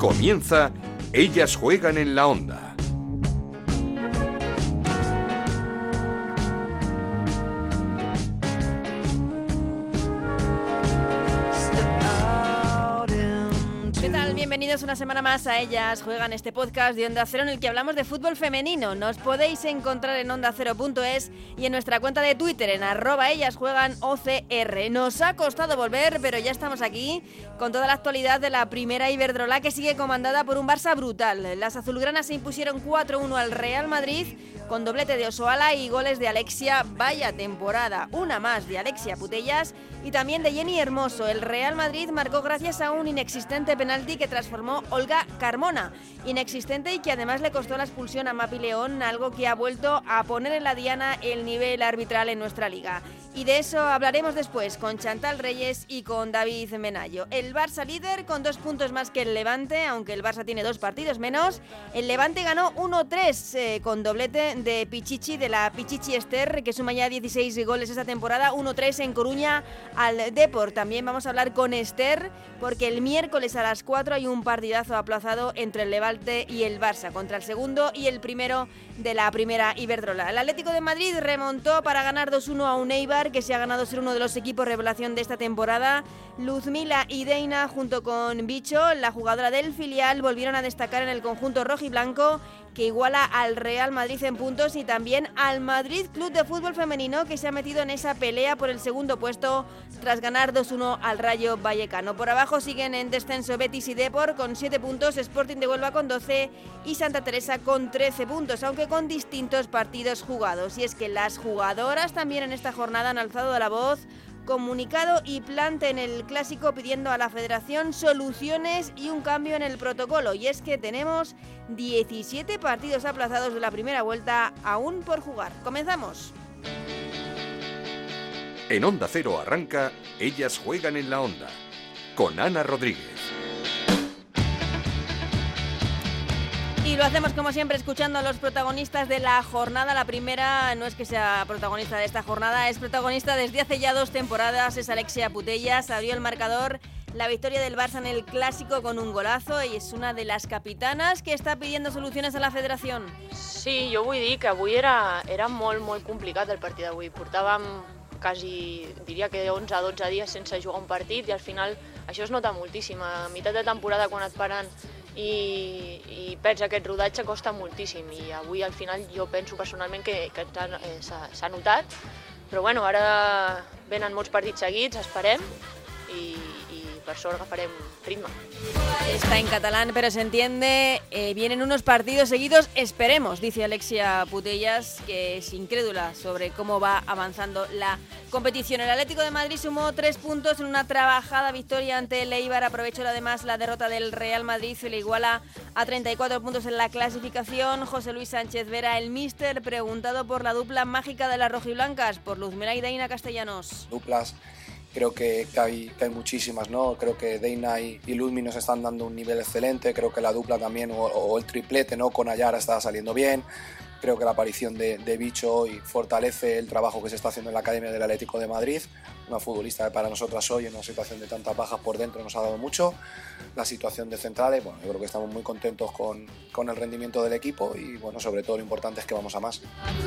Comienza Ellas Juegan en la Onda. Bienvenidos una semana más a Ellas Juegan, este podcast de Onda Cero en el que hablamos de fútbol femenino. Nos podéis encontrar en ondacero.es y en nuestra cuenta de Twitter en @ellasjueganOCR. Nos ha costado volver, pero ya estamos aquí con toda la actualidad de la primera Iberdrola, que sigue comandada por un Barça brutal. Las azulgranas se impusieron 4-1 al Real Madrid con doblete de Osoala y goles de Alexia. Vaya temporada, una más de Alexia Putellas y también de Jenny Hermoso. El Real Madrid marcó gracias a un inexistente penalti que transformó Olga Carmona, inexistente y que además le costó la expulsión a Mapi León, algo que ha vuelto a poner en la diana el nivel arbitral en nuestra liga. Y de eso hablaremos después con Chantal Reyes y con David Menayo. El Barça líder con 2 puntos más que el Levante, aunque el Barça tiene 2 partidos menos. El Levante ganó 1-3 con doblete de Pichichi, de la Pichichi Ester, que suma ya 16 goles esta temporada. 1-3 en Coruña al Depor. También vamos a hablar con Ester, porque el miércoles a las 4 hay un partidazo aplazado entre el Levante y el Barça, contra el segundo y el primero de la primera Iberdrola. El Atlético de Madrid remontó para ganar 2-1 a un Eibar, que se ha ganado ser uno de los equipos revelación de esta temporada. Luzmila y Deina, junto con Bicho, la jugadora del filial, volvieron a destacar en el conjunto rojiblanco, que iguala al Real Madrid en puntos, y también al Madrid Club de Fútbol Femenino, que se ha metido en esa pelea por el segundo puesto tras ganar 2-1 al Rayo Vallecano. Por abajo siguen en descenso Betis y Depor con 7 puntos, Sporting de Huelva con 12 y Santa Teresa con 13 puntos, aunque con distintos partidos jugados. Y es que las jugadoras también en esta jornada han alzado la voz, comunicado y plante en el clásico, pidiendo a la federación soluciones y un cambio en el protocolo. Y es que tenemos 17 partidos aplazados de la primera vuelta aún por jugar. ¡Comenzamos! En Onda Cero arranca Ellas Juegan en la Onda, con Ana Rodríguez. Y lo hacemos como siempre escuchando a los protagonistas de la jornada. La primera no es que sea protagonista de esta jornada, es protagonista desde hace ya 2 temporadas, es Alexia Putellas. Abrió el marcador la victoria del Barça en el clásico con un golazo y és una de les capitanes que està pidiendo solucions a la federació. Sí, jo vull dir que avui era molt complicat el partit d'avui. Portàvem quasi, diria que 11-12 dies sense jugar un partit i al final això es nota moltíssim. A meitat de temporada, quan et paren i perds aquest rodatge, costa moltíssim, i avui al final jo penso personalment que s'ha notat, però bueno, ara venen molts partits seguits, esperem, i per sort agafarem ritme. Está en catalán, pero se entiende. Vienen unos partidos seguidos, esperemos, dice Alexia Putellas, que es incrédula sobre cómo va avanzando la competición. El Atlético de Madrid sumó 3 puntos en una trabajada victoria ante el Eibar. Aprovechó además la derrota del Real Madrid, se le iguala a 34 puntos en la clasificación. José Luis Sánchez Vera, el míster, preguntado por la dupla mágica de las rojiblancas, por Luzmila y Deina Castellanos. Duplas creo que hay muchísimas, ¿no? Creo que Deina y Luzmi nos están dando un nivel excelente. Creo que la dupla también, o el triplete, ¿no?, con Ayara está saliendo bien. Creo que la aparición de Bicho hoy fortalece el trabajo que se está haciendo en la Academia del Atlético de Madrid. Una futbolista que para nosotras hoy, en una situación de tantas bajas por dentro, nos ha dado mucho. La situación de centrales, bueno, yo creo que estamos muy contentos con el rendimiento del equipo y, bueno, sobre todo lo importante es que vamos a más.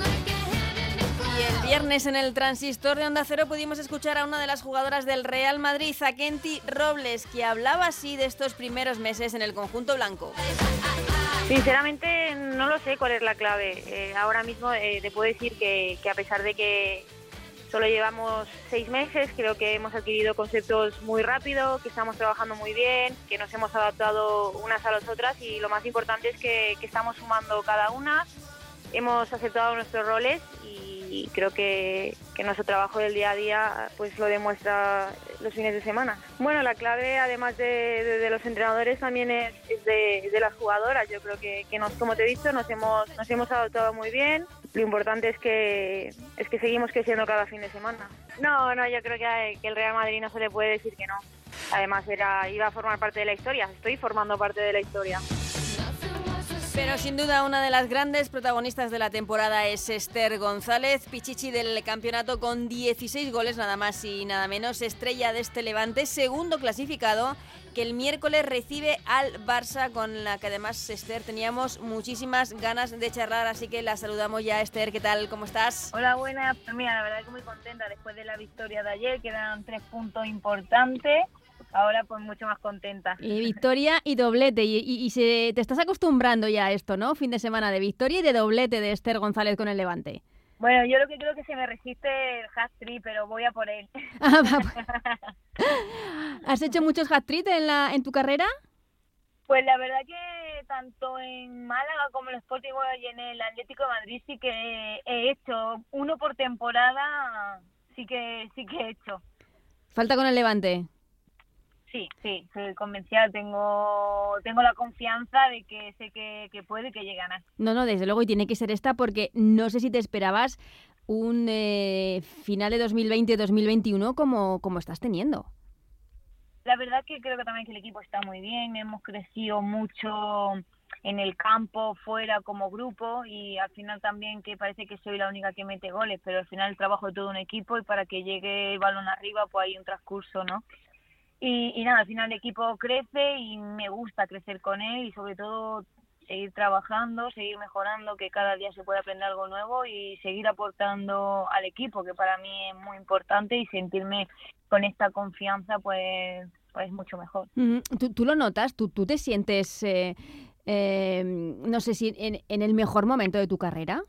Y el viernes en el Transistor de Onda Cero pudimos escuchar a una de las jugadoras del Real Madrid, a Kenty Robles, que hablaba así de estos primeros meses en el conjunto blanco. Sinceramente no lo sé cuál es la clave. Ahora mismo te puedo decir que a pesar de que solo llevamos 6 meses, creo que hemos adquirido conceptos muy rápido, que estamos trabajando muy bien, que nos hemos adaptado unas a las otras, y lo más importante es que estamos sumando cada una, hemos aceptado nuestros roles y creo que nuestro trabajo del día a día pues lo demuestra los fines de semana. Bueno, la clave, además de los entrenadores, también es de las jugadoras. Yo creo que como te he dicho, nos hemos adaptado muy bien. Lo importante es que seguimos creciendo cada fin de semana. No, yo creo que el Real Madrid no se le puede decir que no. Además iba a formar parte de la historia. Estoy formando parte de la historia. Pero sin duda una de las grandes protagonistas de la temporada es Esther González, pichichi del campeonato con 16 goles, nada más y nada menos, estrella de este Levante, segundo clasificado, que el miércoles recibe al Barça, con la que además, Esther, teníamos muchísimas ganas de charlar, así que la saludamos ya. Esther, ¿qué tal? ¿Cómo estás? Hola, buenas. Pues mira, la verdad que muy contenta después de la victoria de ayer, que eran 3 puntos importantes. Ahora pues mucho más contenta. Y victoria y doblete, te estás acostumbrando ya a esto, ¿no? Fin de semana de victoria y de doblete de Esther González con el Levante. Bueno, yo lo que creo que se me resiste el hat-trick, pero voy a por él. ¿Has hecho muchos hat-trick en tu carrera? Pues la verdad que tanto en Málaga como en el Sporting y en el Atlético de Madrid sí que he hecho uno por temporada, sí que he hecho. ¿Falta con el Levante? Sí, soy convencida, tengo la confianza de que sé que puede y que llegue a ganar. No, desde luego, y tiene que ser esta, porque no sé si te esperabas un final de 2020-2021 como estás teniendo. La verdad que creo que también que el equipo está muy bien, hemos crecido mucho en el campo, fuera, como grupo, y al final también que parece que soy la única que mete goles, pero al final el trabajo de todo un equipo, y para que llegue el balón arriba pues hay un transcurso, ¿no? Y nada, al final el equipo crece y me gusta crecer con él y sobre todo seguir trabajando, seguir mejorando, que cada día se puede aprender algo nuevo y seguir aportando al equipo, que para mí es muy importante, y sentirme con esta confianza pues mucho mejor. ¿Tú lo notas? ¿Tú te sientes, no sé si en el mejor momento de tu carrera?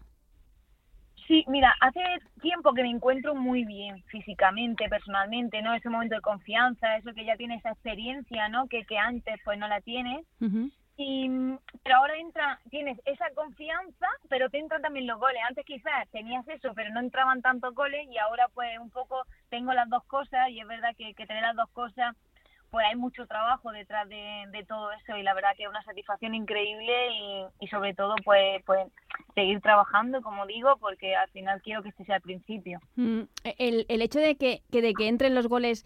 Sí, mira, hace tiempo que me encuentro muy bien físicamente, personalmente, ¿no? Ese momento de confianza, eso que ya tienes esa experiencia, ¿no? Que antes pues no la tienes. Uh-huh. Pero ahora tienes esa confianza, pero te entran también los goles. Antes quizás tenías eso, pero no entraban tantos goles, y ahora pues un poco tengo las dos cosas, y es verdad que tener las dos cosas, pues hay mucho trabajo detrás de todo eso, y la verdad que es una satisfacción increíble, y sobre todo pues seguir trabajando, como digo, porque al final quiero que este sea el principio. El hecho de que entren los goles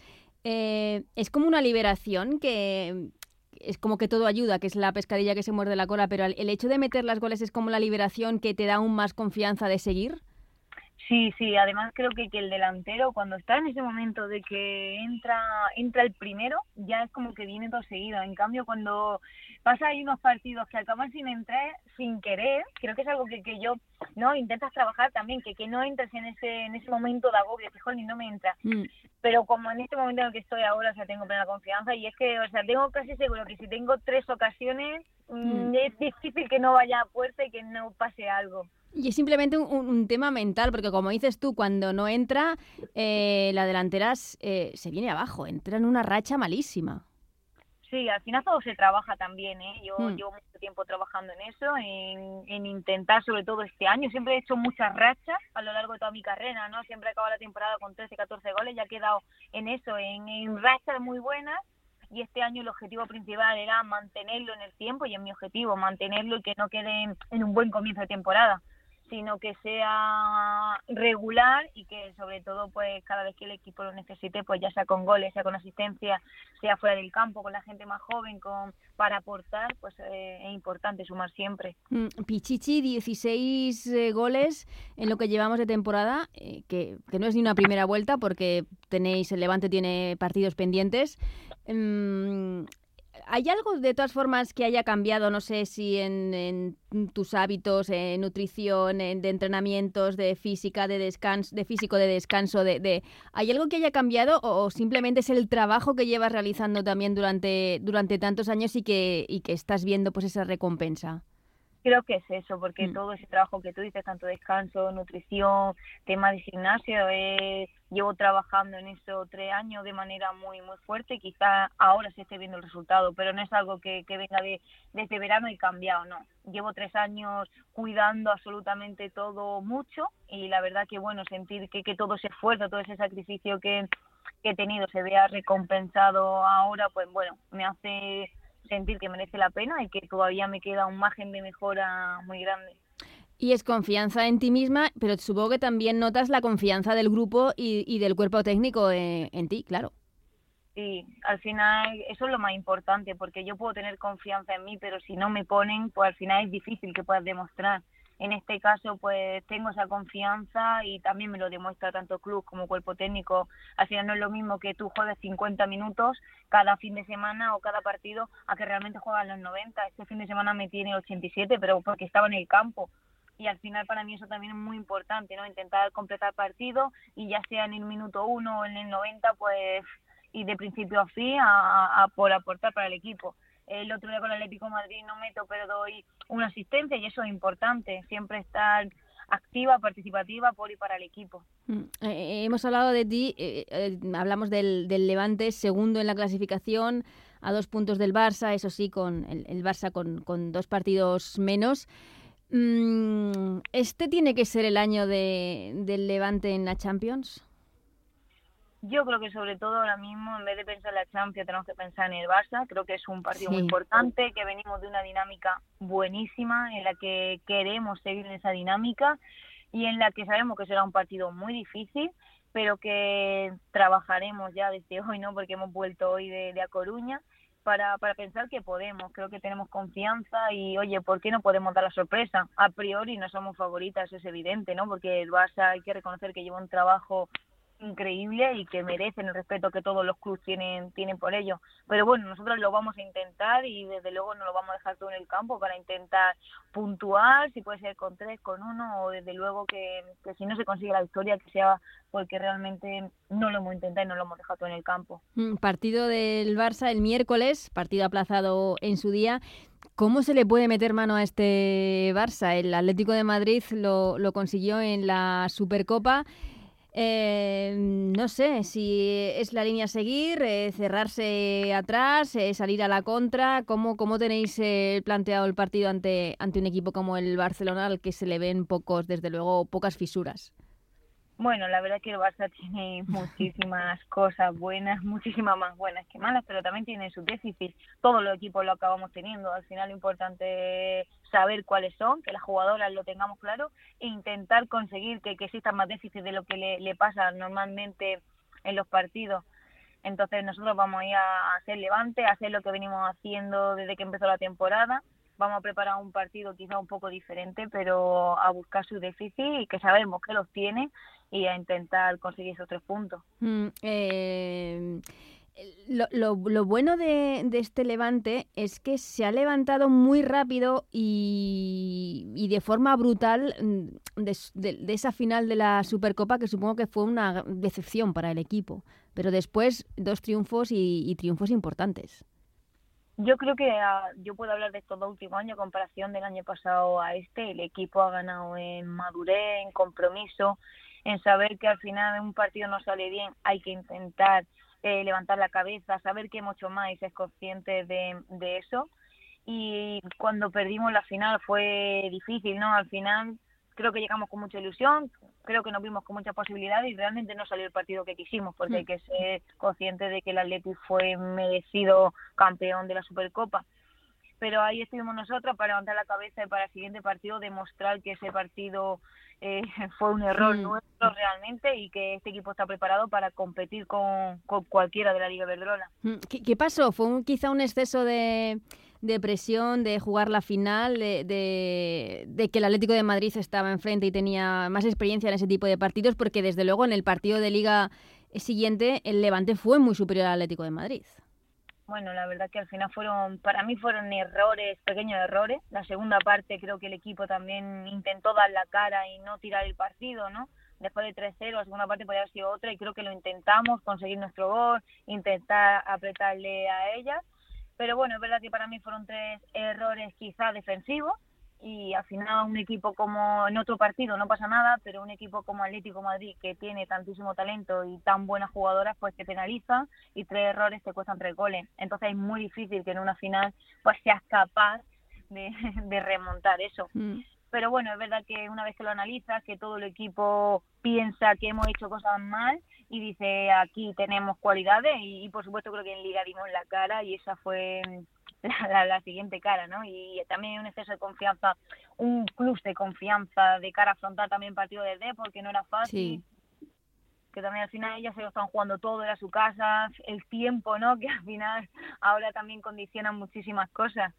es como una liberación, que es como que todo ayuda, que es la pescadilla que se muerde la cola, pero el hecho de meter los goles es como la liberación que te da aún más confianza de seguir. Sí, además creo que el delantero, cuando está en ese momento de que entra el primero, ya es como que viene todo seguido. En cambio, cuando pasa ahí unos partidos que acaban sin entrar, sin querer, creo que es algo que yo, ¿no? Intentas trabajar también, que no entres en ese momento de agobio, que joder, no me entra. Pero como en este momento en el que estoy ahora, o sea, tengo plena confianza, y es que, o sea, tengo casi seguro que si tengo 3 ocasiones, es difícil que no vaya a puerta y que no pase algo. Y es simplemente un tema mental, porque como dices tú, cuando no entra, la delantera se viene abajo, entra en una racha malísima. Sí, al final todo se trabaja también, ¿eh? Yo llevo mucho tiempo trabajando en eso, en intentar, sobre todo este año. Siempre he hecho muchas rachas a lo largo de toda mi carrera, ¿no? Siempre he acabado la temporada con 13, 14 goles, ya he quedado en eso, en rachas muy buenas. Y este año el objetivo principal era mantenerlo en el tiempo, y es mi objetivo, mantenerlo y que no quede en un buen comienzo de temporada, sino que sea regular, y que sobre todo pues cada vez que el equipo lo necesite, pues ya sea con goles, sea con asistencia, sea fuera del campo, con la gente más joven, para aportar, pues es importante sumar siempre. Pichichi, 16 goles en lo que llevamos de temporada, que no es ni una primera vuelta, porque el Levante tiene partidos pendientes. ¿Hay algo, de todas formas, que haya cambiado, no sé si en tus hábitos, en nutrición, de entrenamientos, de física, de descanso, de físico, de descanso? ¿Hay algo que haya cambiado, o simplemente es el trabajo que llevas realizando también durante tantos años y que estás viendo pues esa recompensa? Creo que es eso, porque todo ese trabajo que tú dices, tanto descanso, nutrición, tema de gimnasio, llevo trabajando en eso 3 años de manera muy muy fuerte, y quizá ahora se esté viendo el resultado, pero no es algo que venga desde verano y cambiado, no. Llevo 3 años cuidando absolutamente todo mucho, y la verdad que bueno, sentir que todo ese esfuerzo, todo ese sacrificio que he tenido se vea recompensado ahora, pues bueno, me hace sentir que merece la pena y que todavía me queda un margen de mejora muy grande. Y es confianza en ti misma, pero supongo que también notas la confianza del grupo y del cuerpo técnico en ti, claro. Sí, al final eso es lo más importante, porque yo puedo tener confianza en mí, pero si no me ponen, pues al final es difícil que puedas demostrar. En este caso, pues tengo esa confianza y también me lo demuestra tanto club como cuerpo técnico. Al final no es lo mismo que tú juegues 50 minutos cada fin de semana o cada partido a que realmente juegas los 90. Este fin de semana me tiene 87, pero porque estaba en el campo. Y al final para mí eso también es muy importante, ¿no? Intentar completar partido y ya sea en el minuto 1 o en el 90, pues y de principio a fin a por aportar para el equipo. El otro día con el Atlético de Madrid no meto, pero doy una asistencia y eso es importante, siempre estar activa, participativa por y para el equipo. Hemos hablado de ti, hablamos del Levante, segundo en la clasificación, a 2 puntos del Barça, eso sí, con el Barça con 2 partidos menos. ¿Este tiene que ser el año del Levante en la Champions? Yo creo que sobre todo ahora mismo, en vez de pensar en la Champions, tenemos que pensar en el Barça. Creo que es un partido muy importante, que venimos de una dinámica buenísima, en la que queremos seguir en esa dinámica y en la que sabemos que será un partido muy difícil, pero que trabajaremos ya desde hoy, ¿no? Porque hemos vuelto hoy de A Coruña, para pensar que podemos. Creo que tenemos confianza y, oye, ¿por qué no podemos dar la sorpresa? A priori no somos favoritas, es evidente, ¿no? Porque el Barça hay que reconocer que lleva un trabajo increíble y que merecen el respeto que todos los clubes tienen por ello, pero bueno, nosotros lo vamos a intentar y desde luego no lo vamos a dejar todo en el campo para intentar puntuar, si puede ser con 3, con 1 o desde luego que si no se consigue la victoria que sea porque realmente no lo hemos intentado y no lo hemos dejado todo en el campo. Partido del Barça el miércoles, partido aplazado en su día. ¿Cómo se le puede meter mano a este Barça? El Atlético de Madrid lo consiguió en la Supercopa. No sé si es la línea a seguir, cerrarse atrás, salir a la contra. ¿Cómo tenéis planteado el partido ante un equipo como el Barcelona, al que se le ven desde luego, pocas fisuras? Bueno, la verdad es que el Barça tiene muchísimas cosas buenas, muchísimas más buenas que malas, pero también tiene sus déficits. Todos los equipos lo acabamos teniendo. Al final lo importante es saber cuáles son, que las jugadoras lo tengamos claro e intentar conseguir que existan más déficits de lo que le pasa normalmente en los partidos. Entonces nosotros vamos a ir a hacer Levante, a hacer lo que venimos haciendo desde que empezó la temporada. Vamos a preparar un partido quizá un poco diferente, pero a buscar sus déficits y que sabemos que los tiene y a intentar conseguir esos 3 puntos. Lo bueno de este Levante es que se ha levantado muy rápido y de forma brutal de esa final de la Supercopa, que supongo que fue una decepción para el equipo. Pero después 2 triunfos y triunfos importantes. Yo creo que yo puedo hablar de estos 2 últimos años, en comparación del año pasado a este. El equipo ha ganado en madurez, en compromiso, en saber que al final un partido no sale bien, hay que intentar levantar la cabeza, saber que hemos hecho más y ser conscientes de eso. Y cuando perdimos la final fue difícil, ¿no? Al final creo que llegamos con mucha ilusión, creo que nos vimos con muchas posibilidades y realmente no salió el partido que quisimos, porque hay que ser conscientes de que el Atleti fue merecido campeón de la Supercopa. Pero ahí estuvimos nosotros para levantar la cabeza y para el siguiente partido demostrar que ese partido fue un error nuestro realmente y que este equipo está preparado para competir con cualquiera de la Liga Iberdrola. ¿Qué pasó? ¿Fue quizá un exceso de presión, de jugar la final, de que el Atlético de Madrid estaba enfrente y tenía más experiencia en ese tipo de partidos? Porque desde luego en el partido de Liga siguiente el Levante fue muy superior al Atlético de Madrid. Bueno, la verdad que al final para mí fueron errores, pequeños errores. La segunda parte creo que el equipo también intentó dar la cara y no tirar el partido, ¿no? Después de 3-0, la segunda parte podría haber sido otra y creo que lo intentamos, conseguir nuestro gol, intentar apretarle a ellas. Pero bueno, es verdad que para mí fueron 3 errores quizá defensivos y al final un equipo como en otro partido no pasa nada, pero un equipo como Atlético de Madrid que tiene tantísimo talento y tan buenas jugadoras, pues te penaliza y 3 errores te cuestan 3 goles. Entonces es muy difícil que en una final pues seas capaz de remontar eso. Pero bueno, es verdad que una vez que lo analizas, que todo el equipo piensa que hemos hecho cosas mal y dice aquí tenemos cualidades y por supuesto creo que en Liga dimos la cara y esa fue la siguiente cara, ¿no? Y también un exceso de confianza, un plus de confianza de cara a afrontar también partido de D porque no era fácil. que también al final ellas se lo están jugando todo, era su casa, el tiempo, ¿no? Que al final ahora también condiciona muchísimas cosas.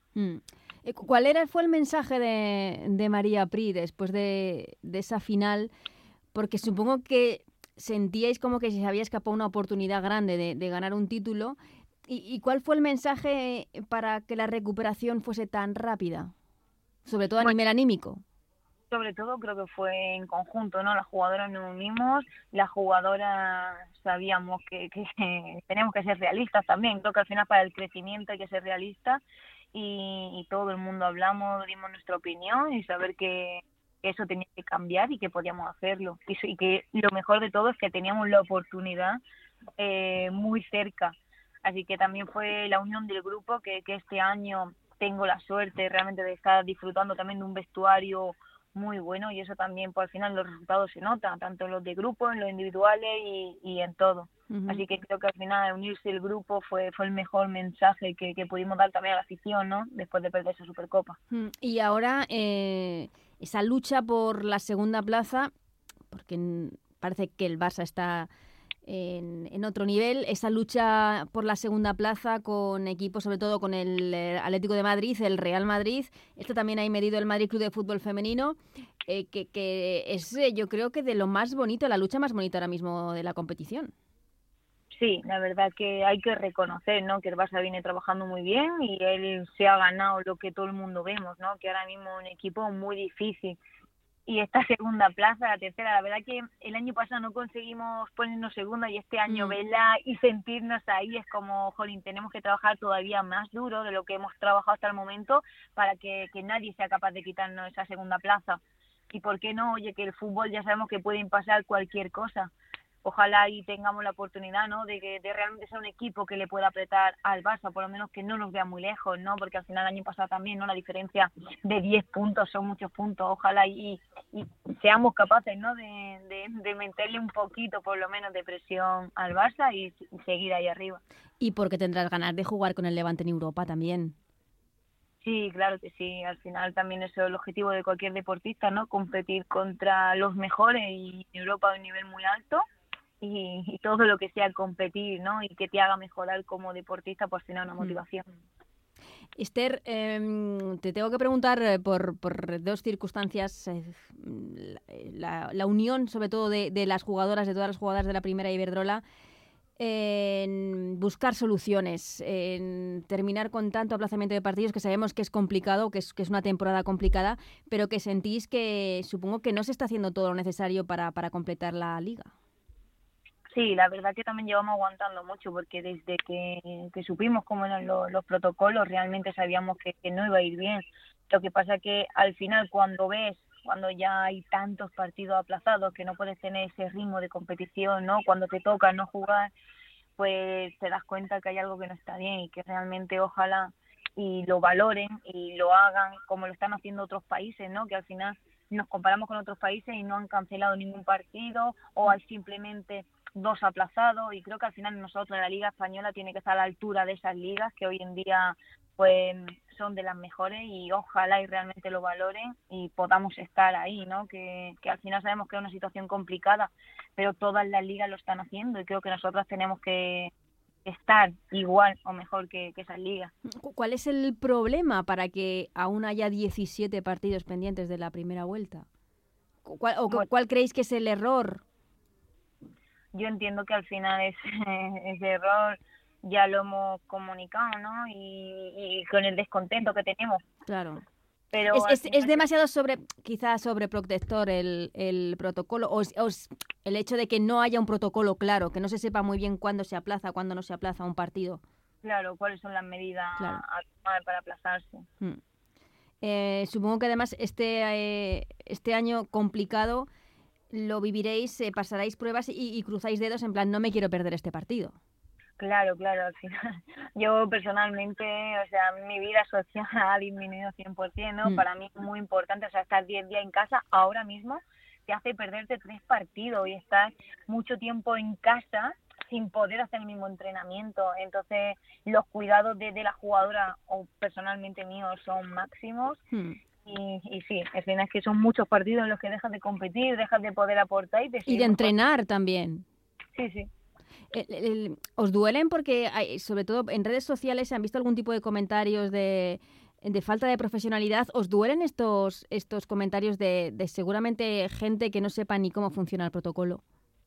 Fue el mensaje de María Pri después de esa final? Porque supongo que sentíais como que se había escapado una oportunidad grande de ganar un título. ¿Y cuál fue el mensaje para que la recuperación fuese tan rápida? Sobre todo a nivel anímico. Sobre todo creo que fue en conjunto, ¿no? Las jugadoras nos unimos, las jugadoras sabíamos que tenemos que ser realistas también. Creo que al final para el crecimiento hay que ser realistas y todo el mundo hablamos, dimos nuestra opinión y saber que eso tenía que cambiar y que podíamos hacerlo. Y que lo mejor de todo es que teníamos la oportunidad muy cerca. Así que también fue la unión del grupo que este año tengo la suerte realmente de estar disfrutando también de un vestuario muy bueno y eso también, pues al final los resultados se notan, tanto en los de grupo, en los individuales y en todo. Uh-huh. Así que creo que al final unirse el grupo fue el mejor mensaje que pudimos dar también a la afición, ¿no? Después de perder esa Supercopa. Y ahora esa lucha por la segunda plaza, porque parece que el Barça está en otro nivel, esa lucha por la segunda plaza con equipos, sobre todo con el Atlético de Madrid, el Real Madrid, esto también hay medido el Madrid Club de Fútbol Femenino, que es yo creo que de lo más bonito, la lucha más bonita ahora mismo de la competición. Sí, la verdad que hay que reconocer, ¿no? Que el Barça viene trabajando muy bien y él se ha ganado lo que todo el mundo vemos, ¿no? Que ahora mismo es un equipo muy difícil. Y esta segunda plaza, la tercera, la verdad que el año pasado no conseguimos ponernos segunda y este año verla y sentirnos ahí es como, jolín, tenemos que trabajar todavía más duro de lo que hemos trabajado hasta el momento para que nadie sea capaz de quitarnos esa segunda plaza. Y por qué no, oye, que el fútbol ya sabemos que pueden pasar cualquier cosa. Ojalá y tengamos la oportunidad, ¿no? De realmente ser un equipo que le pueda apretar al Barça, por lo menos que no nos vea muy lejos, ¿no? Porque al final el año pasado también, ¿no? La diferencia de 10 puntos son muchos puntos. Ojalá y seamos capaces, ¿no? De meterle un poquito, por lo menos, de presión al Barça y seguir ahí arriba. Y porque tendrás ganas de jugar con el Levante en Europa también. Sí, claro que sí. Al final también eso es el objetivo de cualquier deportista, ¿no? Competir contra los mejores y en Europa a un nivel muy alto. Y todo lo que sea competir, ¿no? Y que te haga mejorar como deportista, pues tiene una motivación. Esther, te tengo que preguntar por dos circunstancias, la unión sobre todo de las jugadoras, de todas las jugadoras de la primera Iberdrola, en buscar soluciones, en terminar con tanto aplazamiento de partidos que sabemos que es complicado, que es una temporada complicada, pero que sentís que supongo que no se está haciendo todo lo necesario para completar la liga. Sí, la verdad que también llevamos aguantando mucho porque desde que supimos cómo eran los protocolos realmente sabíamos que no iba a ir bien. Lo que pasa que al final cuando ya hay tantos partidos aplazados que no puedes tener ese ritmo de competición, ¿no? Cuando te toca no jugar, pues te das cuenta que hay algo que no está bien y que realmente ojalá y lo valoren y lo hagan como lo están haciendo otros países, ¿no? Que al final nos comparamos con otros países y no han cancelado ningún partido o hay simplemente 2 aplazados y creo que al final nosotros la Liga Española tiene que estar a la altura de esas ligas que hoy en día pues son de las mejores y ojalá y realmente lo valoren y podamos estar ahí, ¿no? Que al final sabemos que es una situación complicada, pero todas las ligas lo están haciendo y creo que nosotros tenemos que estar igual o mejor que esas ligas. ¿Cuál es el problema para que aún haya 17 partidos pendientes de la primera vuelta? ¿Cuál creéis que es el error? Yo entiendo que al final ese error ya lo hemos comunicado, ¿no? Y con el descontento que tenemos. Claro. Pero es demasiado quizás sobreprotector el protocolo o el hecho de que no haya un protocolo claro, que no se sepa muy bien cuándo se aplaza, cuándo no se aplaza un partido. Claro, cuáles son las medidas a tomar para aplazarse. Supongo que además este año complicado lo viviréis, pasaréis pruebas y cruzáis dedos en plan, no me quiero perder este partido. Claro, al final. Yo personalmente, o sea, mi vida social ha disminuido 100%, ¿no? Para mí es muy importante, o sea, estar 10 días en casa ahora mismo te hace perderte 3 partidos y estar mucho tiempo en casa sin poder hacer el mismo entrenamiento. Entonces, los cuidados de la jugadora o personalmente míos son máximos. Y sí, al final es que son muchos partidos en los que dejas de competir, dejas de poder aportar y de entrenar también. Sí. ¿Os duelen? Porque sobre todo en redes sociales se han visto algún tipo de comentarios de falta de profesionalidad. ¿Os duelen estos comentarios de seguramente gente que no sepa ni cómo funciona el protocolo?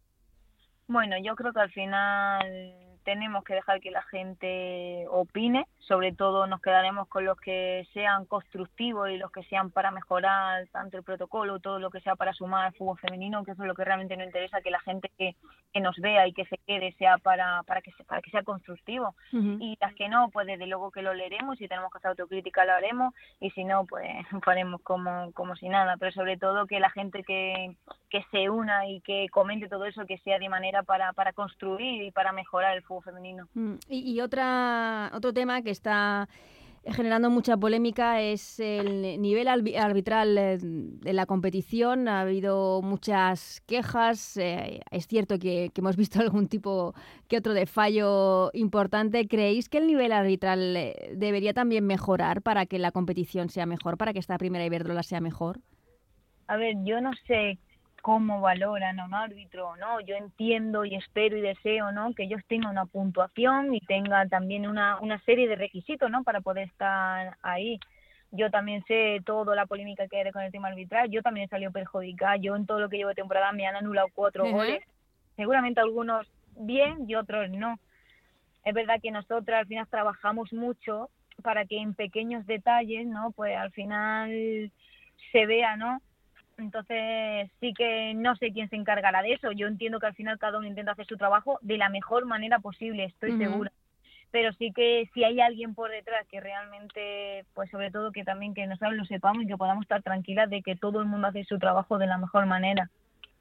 Bueno, yo creo que al final tenemos que dejar que la gente opine, sobre todo nos quedaremos con los que sean constructivos y los que sean para mejorar tanto el protocolo, todo lo que sea para sumar al fútbol femenino, que eso es lo que realmente nos interesa, que la gente que nos vea y que se quede sea para que sea constructivo. Uh-huh. Y las que no, pues desde luego que lo leeremos, si tenemos que hacer autocrítica lo haremos, y si no, pues faremos como si nada, pero sobre todo que la gente que se una y que comente todo eso, que sea de manera para construir y para mejorar el fútbol femenino. Y otro tema que está generando mucha polémica es el nivel arbitral de la competición. Ha habido muchas quejas. Es cierto que hemos visto algún tipo que otro de fallo importante. ¿Creéis que el nivel arbitral debería también mejorar para que la competición sea mejor, para que esta primera Iberdrola sea mejor? A ver, yo no sé cómo valoran a un árbitro, ¿no? Yo entiendo y espero y deseo, ¿no?, que ellos tengan una puntuación y tengan también una serie de requisitos, ¿no?, para poder estar ahí. Yo también sé toda la polémica que hay con el tema arbitral. Yo también he salido perjudicada. Yo en todo lo que llevo de temporada me han anulado 4 goles. Seguramente algunos bien y otros no. Es verdad que nosotras al final trabajamos mucho para que en pequeños detalles, ¿no?, pues al final se vea, ¿no? Entonces sí que no sé quién se encargará de eso. Yo entiendo que al final cada uno intenta hacer su trabajo de la mejor manera posible, estoy segura. Pero sí que si hay alguien por detrás que realmente, pues sobre todo que también que nosotros lo sepamos y que podamos estar tranquilas de que todo el mundo hace su trabajo de la mejor manera.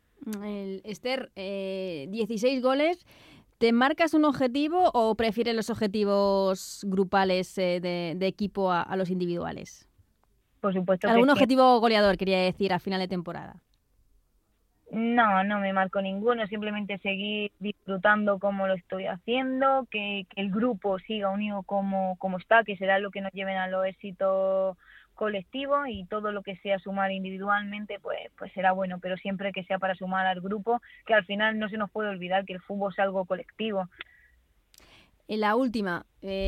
Esther, 16 goles. ¿Te marcas un objetivo o prefieres los objetivos grupales de equipo a los individuales? Por supuesto. ¿Algún objetivo goleador, quería decir, a final de temporada? No me marco ninguno, simplemente seguir disfrutando como lo estoy haciendo, que el grupo siga unido como está, que será lo que nos lleven a los éxitos colectivos, y todo lo que sea sumar individualmente pues será bueno, pero siempre que sea para sumar al grupo, que al final no se nos puede olvidar que el fútbol es algo colectivo. En la última,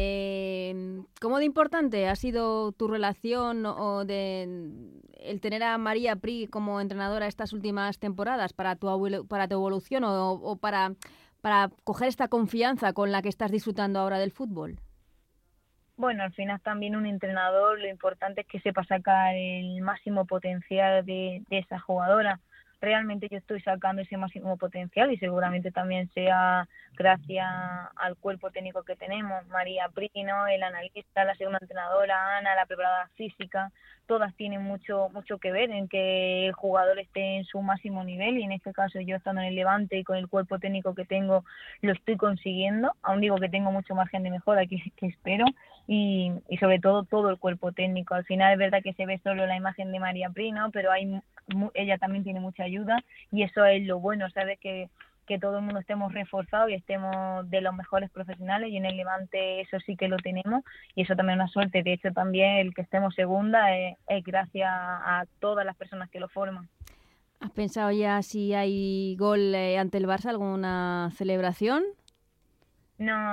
¿cómo de importante ha sido tu relación o el tener a María Pri como entrenadora estas últimas temporadas para tu evolución o para coger esta confianza con la que estás disfrutando ahora del fútbol? Bueno, al final también un entrenador, lo importante es que sepa sacar el máximo potencial de esa jugadora. Realmente yo estoy sacando ese máximo potencial y seguramente también sea gracias al cuerpo técnico que tenemos. María Prino, el analista, la segunda entrenadora, Ana, la preparadora física, todas tienen mucho que ver en que el jugador esté en su máximo nivel, y en este caso yo estando en el Levante y con el cuerpo técnico que tengo lo estoy consiguiendo. Aún digo que tengo mucho margen de mejora que espero, y sobre todo el cuerpo técnico. Al final es verdad que se ve solo la imagen de María Prino, pero ella también tiene mucha ayuda, y eso es lo bueno, ¿sabes? Que todo el mundo estemos reforzados y estemos de los mejores profesionales, y en el Levante eso sí que lo tenemos, y eso también es una suerte. De hecho también el que estemos segunda es gracias a todas las personas que lo forman. ¿Has pensado ya si hay gol ante el Barça, alguna celebración? No.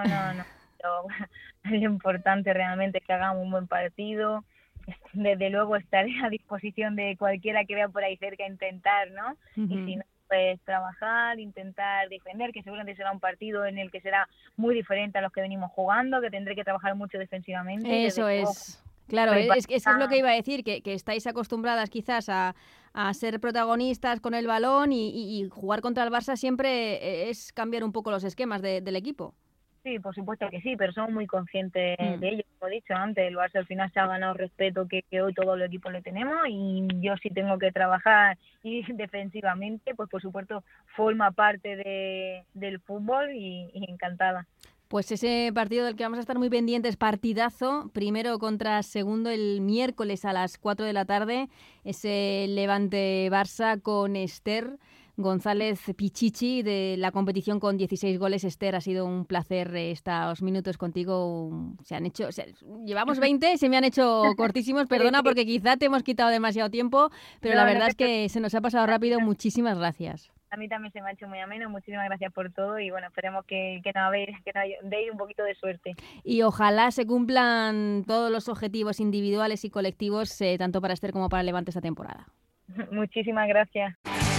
Lo importante realmente es que hagamos un buen partido. Desde luego estaré a disposición de cualquiera que vea por ahí cerca intentar, ¿no? Uh-huh. Y si no, pues trabajar, intentar defender, que seguramente será un partido en el que será muy diferente a los que venimos jugando, que tendré que trabajar mucho defensivamente. Eso es. Claro, es lo que iba a decir, que estáis acostumbradas quizás a ser protagonistas con el balón, y jugar contra el Barça siempre es cambiar un poco los esquemas del equipo. Sí, por supuesto que sí, pero somos muy conscientes de ello. Como he dicho antes, el Barça al final se ha ganado respeto que hoy todo el equipo le tenemos, y yo sí tengo que trabajar y defensivamente, pues por supuesto forma parte del fútbol, y encantada. Pues ese partido del que vamos a estar muy pendientes, partidazo, primero contra segundo el miércoles a las 4 de la tarde, ese Levante-Barça con Esther González Pichichi de la competición con 16 goles. Esther, ha sido un placer estos minutos contigo. Llevamos 20, se me han hecho cortísimos, perdona porque quizá te hemos quitado demasiado tiempo, pero la verdad es que se nos ha pasado rápido. Muchísimas gracias. A mí también se me ha hecho muy ameno, muchísimas gracias por todo y bueno, esperemos que nos deis un poquito de suerte. Y ojalá se cumplan todos los objetivos individuales y colectivos, tanto para Esther como para el Levante esta temporada. Muchísimas gracias.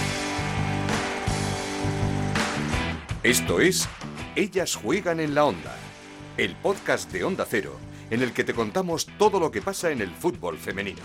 Esto es Ellas juegan en la Onda, el podcast de Onda Cero, en el que te contamos todo lo que pasa en el fútbol femenino.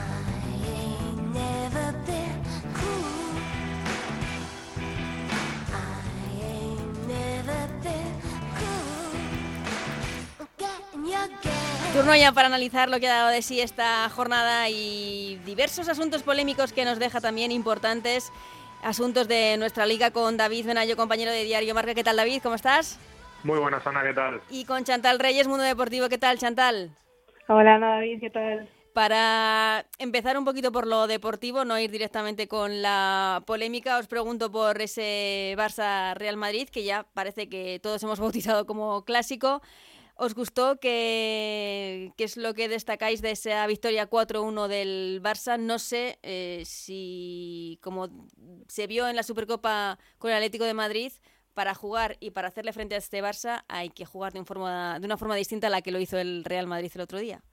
Turno ya para analizar lo que ha dado de sí esta jornada y diversos asuntos polémicos que nos deja también importantes. Asuntos de nuestra liga con David Benayo, compañero de Diario Marca. ¿Qué tal, David? ¿Cómo estás? Muy buenas, Ana, ¿qué tal? Y con Chantal Reyes, Mundo Deportivo. ¿Qué tal, Chantal? Hola, David, ¿qué tal? Para empezar un poquito por lo deportivo, no ir directamente con la polémica, os pregunto por ese Barça-Real Madrid, que ya parece que todos hemos bautizado como clásico. ¿Os gustó? ¿Qué es lo que destacáis de esa victoria 4-1 del Barça? No sé si, como se vio en la Supercopa con el Atlético de Madrid, para jugar y para hacerle frente a este Barça hay que jugar de una forma distinta a la que lo hizo el Real Madrid el otro día.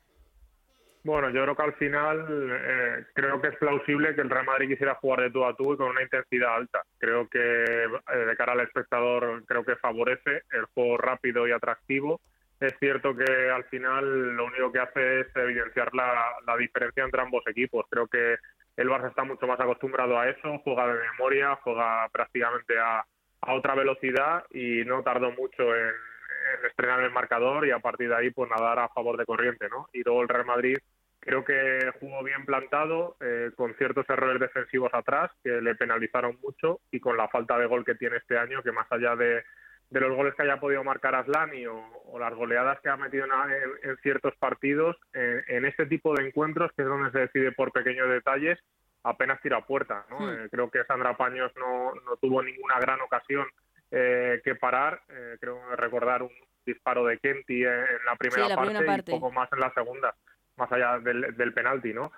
Bueno, yo creo que al final creo que es plausible que el Real Madrid quisiera jugar de tú a tú y con una intensidad alta. Creo que de cara al espectador creo que favorece el juego rápido y atractivo. Es cierto que al final lo único que hace es evidenciar la diferencia entre ambos equipos. Creo que el Barça está mucho más acostumbrado a eso, juega de memoria, juega prácticamente a otra velocidad y no tardó mucho en estrenar el marcador y a partir de ahí pues nadar a favor de corriente, ¿no? Y luego el Real Madrid creo que jugó bien plantado, con ciertos errores defensivos atrás que le penalizaron mucho y con la falta de gol que tiene este año, que más allá de los goles que haya podido marcar Aslani o las goleadas que ha metido en ciertos partidos, en este tipo de encuentros, que es donde se decide por pequeños detalles, apenas tira a puerta, ¿no? Creo que Sandra Paños no tuvo ninguna gran ocasión que parar. Creo recordar un disparo de Kenty en la primera parte y poco más en la segunda, más allá del penalti, ¿no?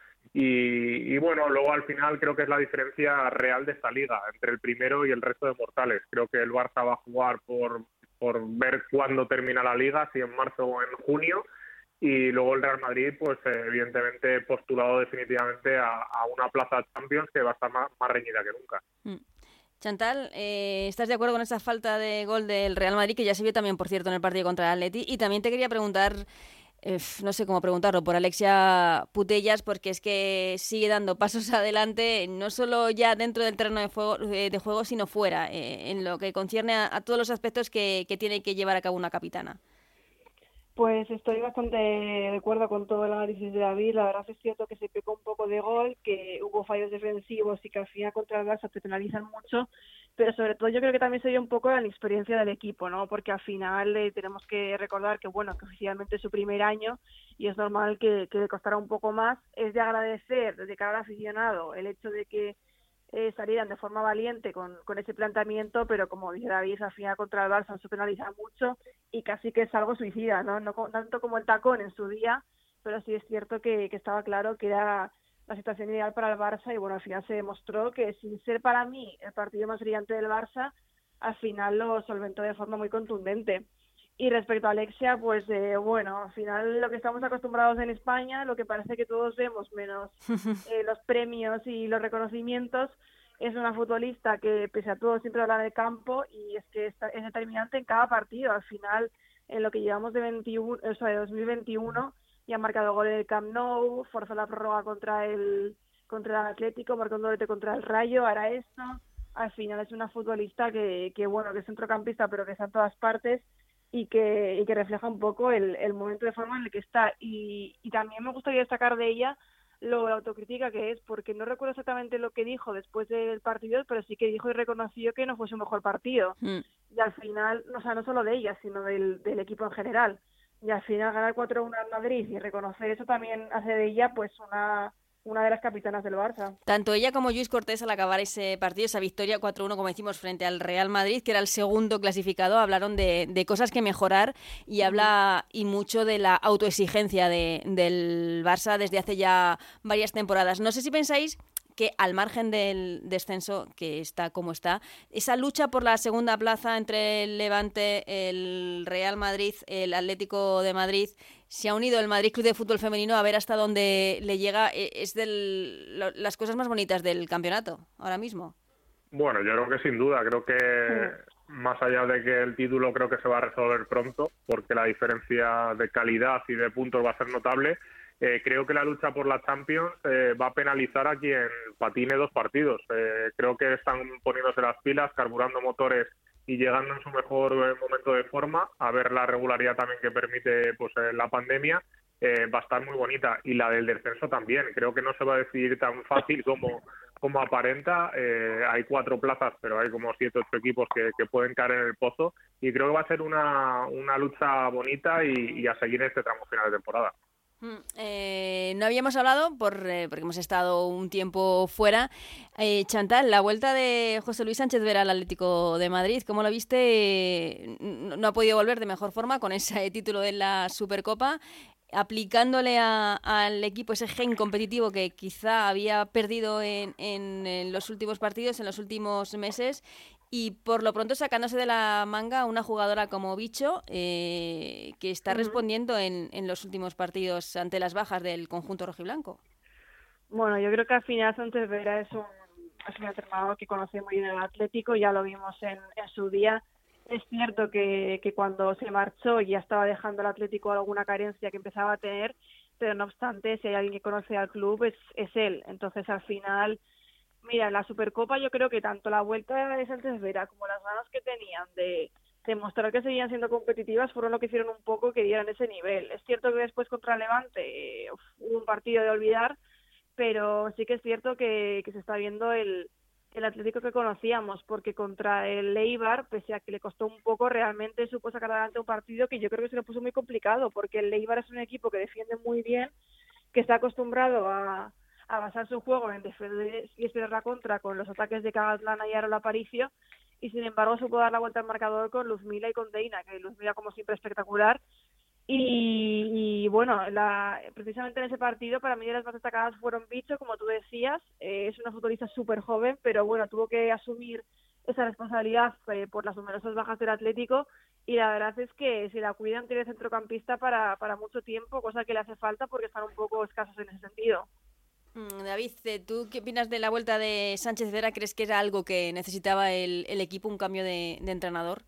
Y bueno, luego al final creo que es la diferencia real de esta liga entre el primero y el resto de mortales. Creo que el Barça va a jugar por ver cuándo termina la liga, si en marzo o en junio, y luego el Real Madrid, pues evidentemente postulado definitivamente a una plaza Champions que va a estar más reñida que nunca. Chantal, ¿estás de acuerdo con esa falta de gol del Real Madrid, que ya se vio también, por cierto, en el partido contra el Atleti? Y también te quería preguntar, no sé cómo preguntarlo, por Alexia Putellas, porque es que sigue dando pasos adelante, no solo ya dentro del terreno de juego, sino fuera, en lo que concierne a todos los aspectos que tiene que llevar a cabo una capitana. Pues estoy bastante de acuerdo con todo el análisis de David. La verdad es cierto que se pecó un poco de gol, que hubo fallos defensivos y que al final contra el Barça te penalizan mucho, pero sobre todo yo creo que también se dio un poco la inexperiencia del equipo, ¿no? Porque al final tenemos que recordar que, bueno, que oficialmente es su primer año y es normal que le costara un poco más. Es de agradecer de cara al aficionado el hecho de que salieran de forma valiente con ese planteamiento, pero como dice David, al final contra el Barça se penaliza mucho y casi que es algo suicida, ¿no? No tanto como el tacón en su día, pero sí es cierto que estaba claro que era la situación ideal para el Barça y bueno, al final se demostró que sin ser para mí el partido más brillante del Barça, al final lo solventó de forma muy contundente. Y respecto a Alexia, pues bueno, al final lo que estamos acostumbrados en España, lo que parece que todos vemos, menos los premios y los reconocimientos, es una futbolista que pese a todo siempre habla de campo y es que es determinante en cada partido. Al final, en lo que llevamos de 2021, ya ha marcado gol en el Camp Nou, forzó la prórroga contra el Atlético, marcó un doblete contra el Rayo, hará esto. Al final es una futbolista que bueno, que es centrocampista, pero que está en todas partes y que refleja un poco el momento de forma en el que está. Y también me gustaría destacar de ella la autocrítica que es, porque no recuerdo exactamente lo que dijo después del partido, pero sí que dijo y reconoció que no fue su mejor partido. Y al final, o sea, no solo de ella, sino del equipo en general. Y al final ganar 4-1 al Madrid y reconocer eso también hace de ella pues una de las capitanas del Barça. Tanto ella como Lluís Cortés, al acabar ese partido, esa victoria 4-1, como decimos, frente al Real Madrid, que era el segundo clasificado, hablaron de cosas que mejorar y habla y mucho de la autoexigencia del Barça desde hace ya varias temporadas. No sé si pensáis que al margen del descenso, que está como está, esa lucha por la segunda plaza entre el Levante, el Real Madrid, el Atlético de Madrid, se ha unido el Madrid Club de Fútbol Femenino a ver hasta dónde le llega. Es de las cosas más bonitas del campeonato ahora mismo. Bueno, yo creo que sin duda, creo que más allá de que el título creo que se va a resolver pronto, porque la diferencia de calidad y de puntos va a ser notable, creo que la lucha por la Champions va a penalizar a quien patine 2 partidos. Creo que están poniéndose las pilas, carburando motores y llegando en su mejor momento de forma, a ver la regularidad también que permite pues la pandemia. Va a estar muy bonita, y la del descenso también. Creo que no se va a decidir tan fácil como aparenta. Hay 4 plazas, pero hay como 7 o 8 equipos que pueden caer en el pozo, y creo que va a ser una lucha bonita y a seguir en este tramo final de temporada. No habíamos hablado porque hemos estado un tiempo fuera. Chantal, la vuelta de José Luis Sánchez Vera al Atlético de Madrid, ¿cómo lo viste? No ha podido volver de mejor forma con ese título de la Supercopa, aplicándole al equipo ese gen competitivo que quizá había perdido en los últimos partidos, en los últimos meses, y por lo pronto sacándose de la manga a una jugadora como Bicho, que está respondiendo en los últimos partidos ante las bajas del conjunto rojiblanco. Bueno, yo creo que al final Sánchez Vera es un entrenador que conoce muy bien el Atlético, ya lo vimos en su día. Es cierto que cuando se marchó ya estaba dejando al Atlético alguna carencia que empezaba a tener, pero no obstante, si hay alguien que conoce al club es él. Entonces, al final, mira, en la Supercopa yo creo que tanto la vuelta de Sánchez Vera como las ganas que tenían de demostrar que seguían siendo competitivas fueron lo que hicieron un poco que dieran ese nivel. Es cierto que después contra Levante hubo un partido de olvidar, pero sí que es cierto que se está viendo el Atlético que conocíamos, porque contra el Eibar, pese a que le costó un poco, realmente supo sacar adelante un partido que yo creo que se lo puso muy complicado, porque el Eibar es un equipo que defiende muy bien, que está acostumbrado a basar su juego en defender y esperar la contra con los ataques de Cagatlán y Arola Aparicio, y sin embargo supo dar la vuelta al marcador con Luzmila y con Deina, que Luzmila como siempre espectacular. Y bueno, precisamente en ese partido para mí de las más destacadas fueron Bicho, como tú decías. Es una futbolista súper joven, pero bueno, tuvo que asumir esa responsabilidad por las numerosas bajas del Atlético, y la verdad es que si la cuidan tiene centrocampista para mucho tiempo, cosa que le hace falta porque están un poco escasos en ese sentido. David, ¿tú qué opinas de la vuelta de Sánchez Vera? ¿Crees que era algo que necesitaba el equipo, un cambio de entrenador?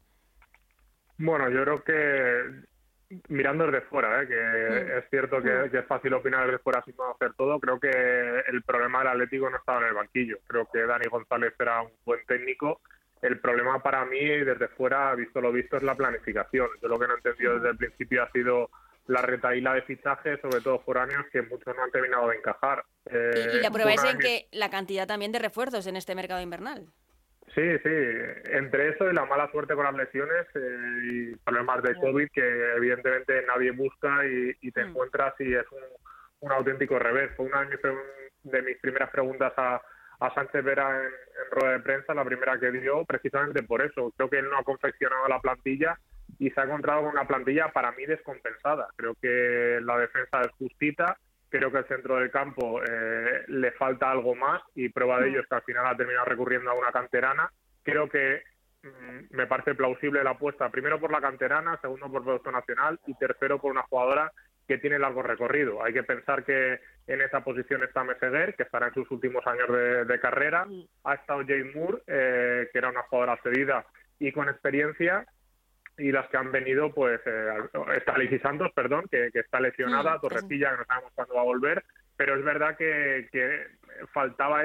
Bueno, yo creo que mirando desde fuera, que es cierto que es fácil opinar desde fuera sin conocer todo. Creo que el problema del Atlético no estaba en el banquillo. Creo que Dani González era un buen técnico. El problema para mí, desde fuera, visto lo visto, es la planificación. Yo lo que no he entendido desde el principio ha sido la retahíla de fichajes, sobre todo foráneos, que muchos no han terminado de encajar. Y la prueba es en que la cantidad también de refuerzos en este mercado invernal. Sí, entre eso y la mala suerte con las lesiones y problemas de COVID que evidentemente nadie busca y te encuentras y es un auténtico revés. Fue una de mis primeras preguntas a Sánchez Vera en rueda de prensa, la primera que dio, precisamente por eso. Creo que él no ha confeccionado la plantilla y se ha encontrado con una plantilla para mí descompensada. Creo que la defensa es justita. Creo que el centro del campo le falta algo más, y prueba de ello es que al final ha terminado recurriendo a una canterana. Creo que me parece plausible la apuesta, primero por la canterana, segundo por producto nacional y tercero por una jugadora que tiene largo recorrido. Hay que pensar que en esa posición está Meseguer, que estará en sus últimos años de carrera. Ha estado Jane Moore, que era una jugadora cedida y con experiencia. Y las que han venido, pues, está Alexis Santos, que está lesionada, Torrecilla, que no sabemos cuándo va a volver, pero es verdad que faltaba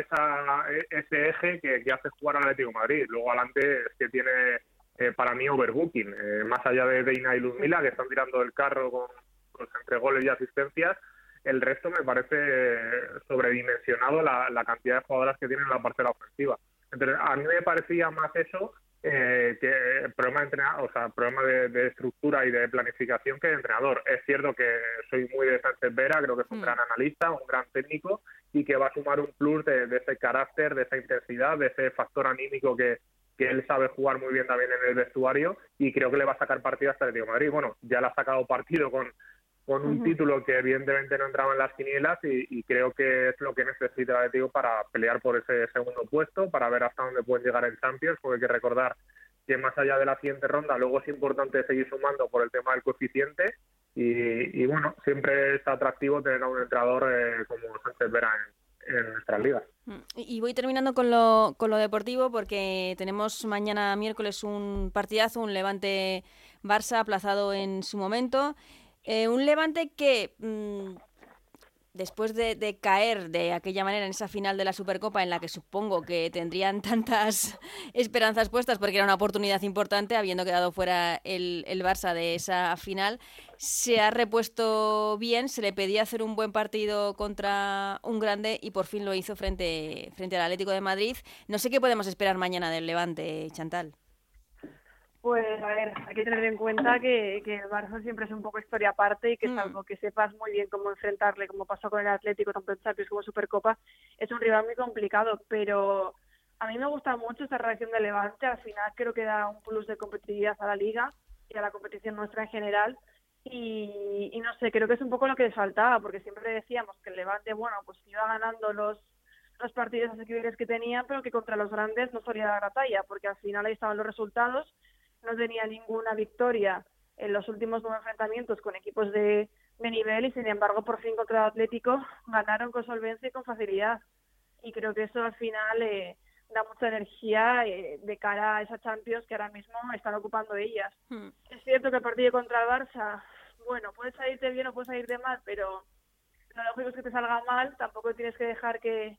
ese eje que hace jugar al Atlético de Madrid. Luego adelante es que tiene, para mí, overbooking, más allá de Deina y Luzmila, que están tirando del carro con entre goles y asistencias. El resto me parece sobredimensionado la cantidad de jugadoras que tienen en la parte de la ofensiva. Entonces, a mí me parecía más eso que problema de entrenador, o sea, problema de estructura y de planificación que de entrenador. Es cierto que soy muy de Sánchez Vera, creo que es un gran analista, un gran técnico, y que va a sumar un plus de ese carácter, de esa intensidad, de ese factor anímico que él sabe jugar muy bien también en el vestuario, y creo que le va a sacar partido hasta el Atlético de Madrid. Bueno, ya le ha sacado partido con con un título que evidentemente no entraba en las quinielas y creo que es lo que necesita el Atlético para pelear por ese segundo puesto, para ver hasta dónde pueden llegar en Champions, porque hay que recordar que más allá de la siguiente ronda luego es importante seguir sumando por el tema del coeficiente y bueno, siempre es atractivo tener a un entrenador como Sánchez Vera en nuestras ligas. Y voy terminando con lo deportivo porque tenemos mañana miércoles un partidazo, un Levante-Barça aplazado en su momento. Un Levante que después de caer de aquella manera en esa final de la Supercopa, en la que supongo que tendrían tantas esperanzas puestas porque era una oportunidad importante, habiendo quedado fuera el Barça de esa final, se ha repuesto bien, se le pedía hacer un buen partido contra un grande y por fin lo hizo frente al Atlético de Madrid. No sé qué podemos esperar mañana del Levante, Chantal. Pues a ver, hay que tener en cuenta que el Barça siempre es un poco historia aparte y que salvo que sepas muy bien cómo enfrentarle, como pasó con el Atlético, tanto en Champions como en Supercopa, es un rival muy complicado, pero a mí me gusta mucho esta reacción del Levante. Al final creo que da un plus de competitividad a la Liga y a la competición nuestra en general y no sé, creo que es un poco lo que les faltaba, porque siempre decíamos que el Levante, bueno, pues iba ganando los partidos asequibles que tenía, pero que contra los grandes no solía dar la talla, porque al final ahí estaban los resultados. No tenía ninguna victoria en los últimos 9 enfrentamientos con equipos de nivel y, sin embargo, por fin contra el Atlético ganaron con solvencia y con facilidad. Y creo que eso al final da mucha energía de cara a esa Champions que ahora mismo están ocupando ellas. Es cierto que el partido contra el Barça, bueno, puede salirte bien o puede salirte mal, pero lo lógico es que te salga mal, tampoco tienes que dejar que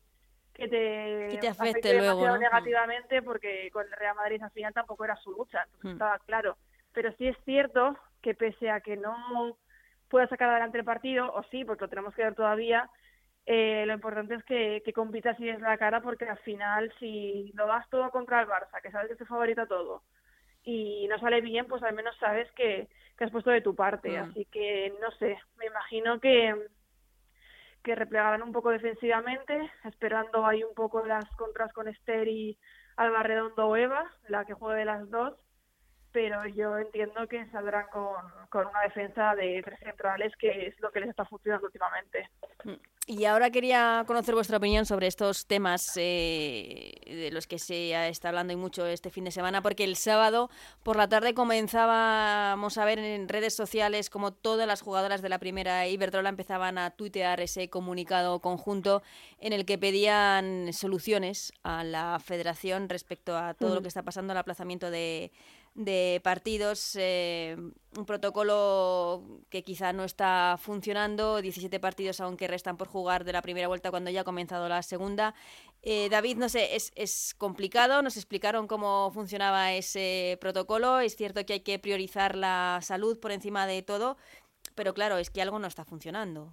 te afecte luego, ¿no? Negativamente, porque con el Real Madrid al final tampoco era su lucha, entonces estaba claro. Pero sí es cierto que pese a que no pueda sacar adelante el partido, o sí, porque lo tenemos que ver todavía, lo importante es que compitas y des la cara, porque al final si lo vas todo contra el Barça, que sabes que es tu favorito a todo, y no sale bien, pues al menos sabes que has puesto de tu parte. Así que no sé, me imagino que replegarán un poco defensivamente, esperando ahí un poco las contras con Esther y Alba Redondo o Eva, la que juegue de las dos, pero yo entiendo que saldrán con una defensa de 3 centrales, que es lo que les está funcionando últimamente. Y ahora quería conocer vuestra opinión sobre estos temas de los que se está hablando y mucho este fin de semana, porque el sábado por la tarde comenzábamos a ver en redes sociales como todas las jugadoras de la primera Iberdrola empezaban a tuitear ese comunicado conjunto en el que pedían soluciones a la federación respecto a todo lo que está pasando, el aplazamiento de partidos, un protocolo que quizá no está funcionando, 17 partidos aún que restan por jugar de la primera vuelta cuando ya ha comenzado la segunda. David, no sé, es complicado, nos explicaron cómo funcionaba ese protocolo, es cierto que hay que priorizar la salud por encima de todo, pero claro, es que algo no está funcionando.